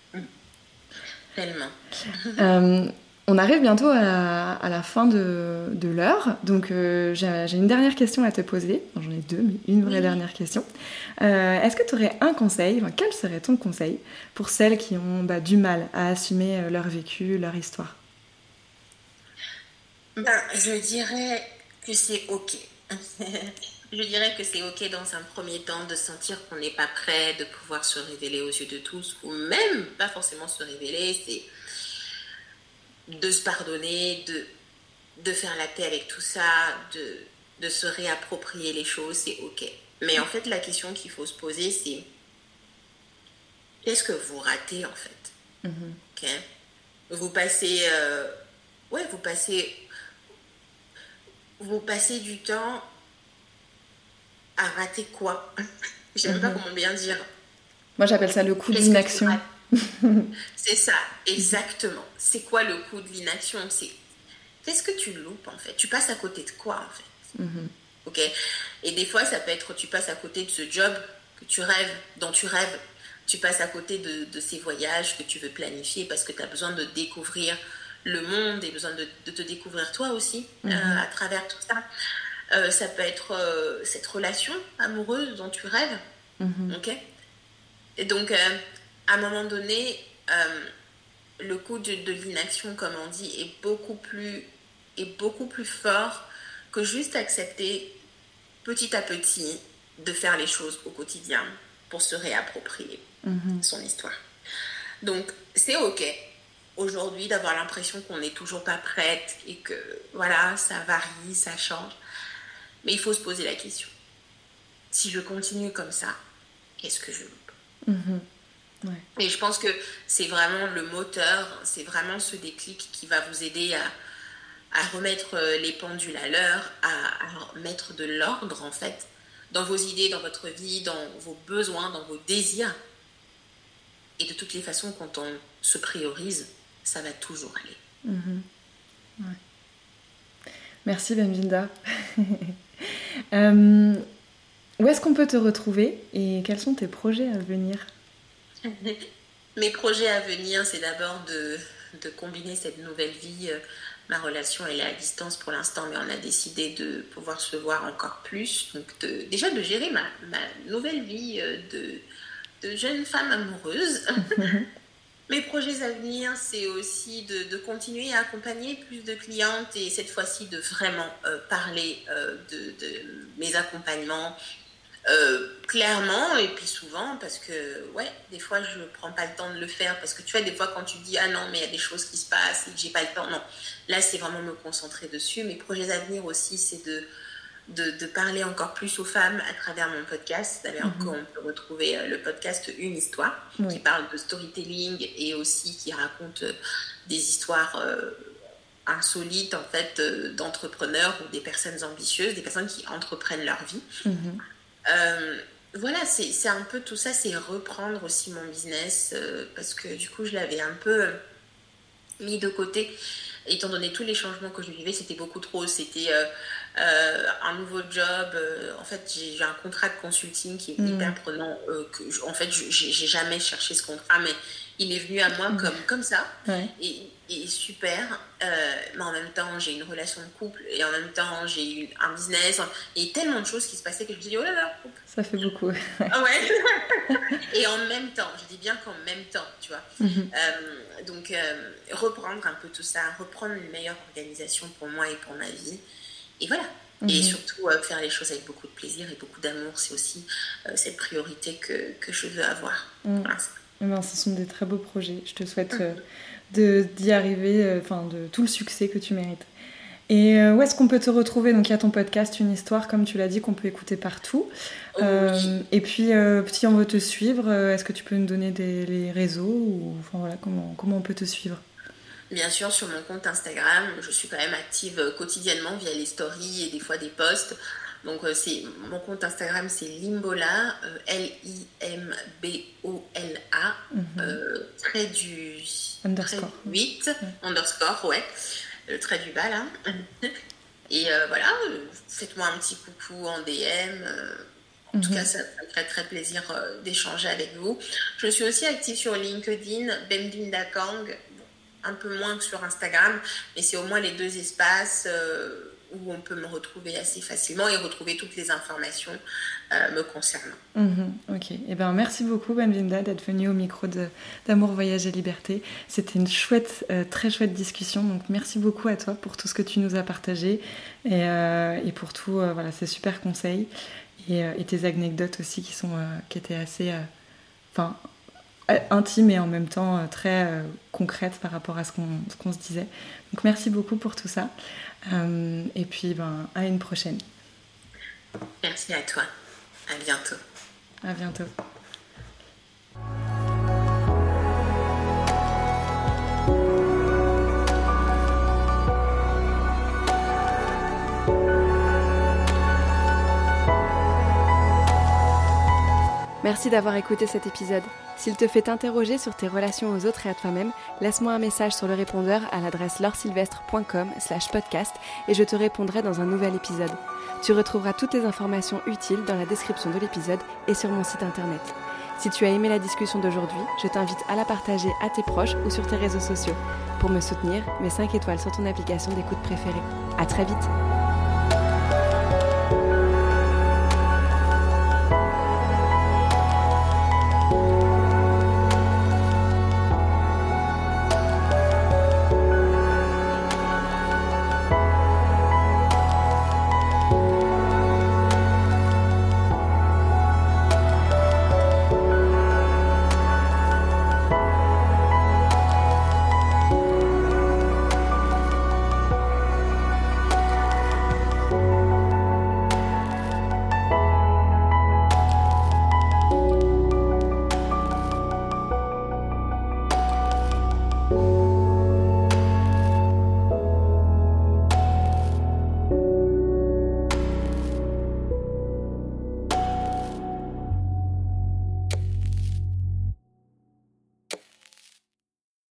Tellement. On arrive bientôt à la fin de l'heure, donc j'ai une dernière question à te poser. J'en ai deux, mais une vraie dernière question. Est-ce que tu aurais un conseil, quel serait ton conseil pour celles qui ont du mal à assumer leur vécu, leur histoire? Je dirais que c'est ok. Je dirais que c'est ok dans un premier temps de sentir qu'on n'est pas prêt de pouvoir se révéler aux yeux de tous, ou même pas forcément se révéler, c'est de se pardonner, de faire la paix avec tout ça, de se réapproprier les choses, c'est ok. Mais en fait, la question qu'il faut se poser, c'est qu'est-ce que vous ratez en fait? Okay. Vous passez du temps à rater quoi? J'aime pas comment bien dire. Moi, j'appelle ça le coup d'inaction. C'est ça, exactement. C'est quoi le coup de l'inaction? Qu'est-ce que tu loupes en fait? Tu passes à côté de quoi en fait? Ok. Et des fois, ça peut être tu passes à côté de ce job dont tu rêves. Tu passes à côté de ces voyages que tu veux planifier parce que tu as besoin de découvrir le monde et besoin de te découvrir toi aussi à travers tout ça. Ça peut être cette relation amoureuse dont tu rêves. Ok. Et donc, à un moment donné, le coup de l'inaction, comme on dit, est beaucoup plus fort que juste accepter petit à petit de faire les choses au quotidien pour se réapproprier son histoire. Donc, c'est ok aujourd'hui d'avoir l'impression qu'on n'est toujours pas prête et que voilà, ça varie, ça change. Mais il faut se poser la question. Si je continue comme ça, qu'est-ce que je loupe? Ouais. Et je pense que c'est vraiment le moteur, c'est vraiment ce déclic qui va vous aider à remettre les pendules à l'heure, à mettre de l'ordre en fait dans vos idées, dans votre vie, dans vos besoins, dans vos désirs. Et de toutes les façons, quand on se priorise, ça va toujours aller. Ouais. Merci Bemvinda. Où est-ce qu'on peut te retrouver et quels sont tes projets à venir? Mes projets à venir, c'est d'abord de combiner cette nouvelle vie. Ma relation, elle est à distance pour l'instant, mais on a décidé de pouvoir se voir encore plus. Donc déjà de gérer ma nouvelle vie de jeune femme amoureuse. Mes projets à venir, c'est aussi de continuer à accompagner plus de clientes et cette fois-ci de vraiment parler de mes accompagnements clairement et puis souvent parce que des fois je prends pas le temps de le faire parce que tu vois des fois quand tu dis ah non mais il y a des choses qui se passent et que j'ai pas le temps, non, là c'est vraiment me concentrer dessus. Mes projets à venir aussi c'est de parler encore plus aux femmes à travers mon podcast. D'ailleurs, on peut retrouver le podcast Une Histoire, qui parle de storytelling et aussi qui raconte des histoires insolites, en fait, d'entrepreneurs ou des personnes ambitieuses, des personnes qui entreprennent leur vie. Voilà, c'est un peu tout ça, c'est reprendre aussi mon business parce que du coup, je l'avais un peu mis de côté. Étant donné tous les changements que je vivais, c'était beaucoup trop. C'était un nouveau job. En fait, j'ai un contrat de consulting qui est hyper prenant. En fait, j'ai jamais cherché ce contrat, mais il est venu à moi comme ça. Et super. Mais en même temps, j'ai une relation de couple et en même temps, j'ai eu un business. Et tellement de choses qui se passaient que je me suis dit, oh là là. Ça fait beaucoup. Et en même temps, je dis bien qu'en même temps, tu vois. Donc, reprendre un peu tout ça, reprendre une meilleure organisation pour moi et pour ma vie. Et voilà. Et surtout, faire les choses avec beaucoup de plaisir et beaucoup d'amour, c'est aussi cette priorité que je veux avoir. Voilà. Ce sont des très beaux projets. Je te souhaite d'y arriver, de tout le succès que tu mérites. Et où est-ce qu'on peut te retrouver? Donc il y a ton podcast Une Histoire, comme tu l'as dit, qu'on peut écouter partout. Et puis, si on veut te suivre, est-ce que tu peux nous donner les réseaux ou, comment on peut te suivre? Bien sûr, sur mon compte Instagram, je suis quand même active quotidiennement via les stories et des fois des posts. Donc, mon compte Instagram, c'est Limbola, Limbola, trait du underscore. 8, underscore, le trait du bas, là. Et voilà, faites-moi un petit coucou en DM. En tout cas, ça me ferait très plaisir d'échanger avec vous. Je suis aussi active sur LinkedIn, Bembinda Kang. Un peu moins que sur Instagram, mais c'est au moins les deux espaces où on peut me retrouver assez facilement et retrouver toutes les informations me concernant. Ok. Eh ben, merci beaucoup, Bembinda, d'être venue au micro d'Amour, Voyage et Liberté. C'était une très chouette discussion. Donc, merci beaucoup à toi pour tout ce que tu nous as partagé et pour tout ces super conseils et tes anecdotes aussi qui étaient assez... intime et en même temps très concrète par rapport à ce qu'on se disait. Donc merci beaucoup pour tout ça. Et puis à une prochaine. Merci à toi. À bientôt. À bientôt. Merci d'avoir écouté cet épisode. S'il te fait t'interroger sur tes relations aux autres et à toi-même, laisse-moi un message sur le répondeur à l'adresse lauresylvestre.com/podcast et je te répondrai dans un nouvel épisode. Tu retrouveras toutes les informations utiles dans la description de l'épisode et sur mon site internet. Si tu as aimé la discussion d'aujourd'hui, je t'invite à la partager à tes proches ou sur tes réseaux sociaux. Pour me soutenir, mets 5 étoiles sur ton application d'écoute préférée. À très vite.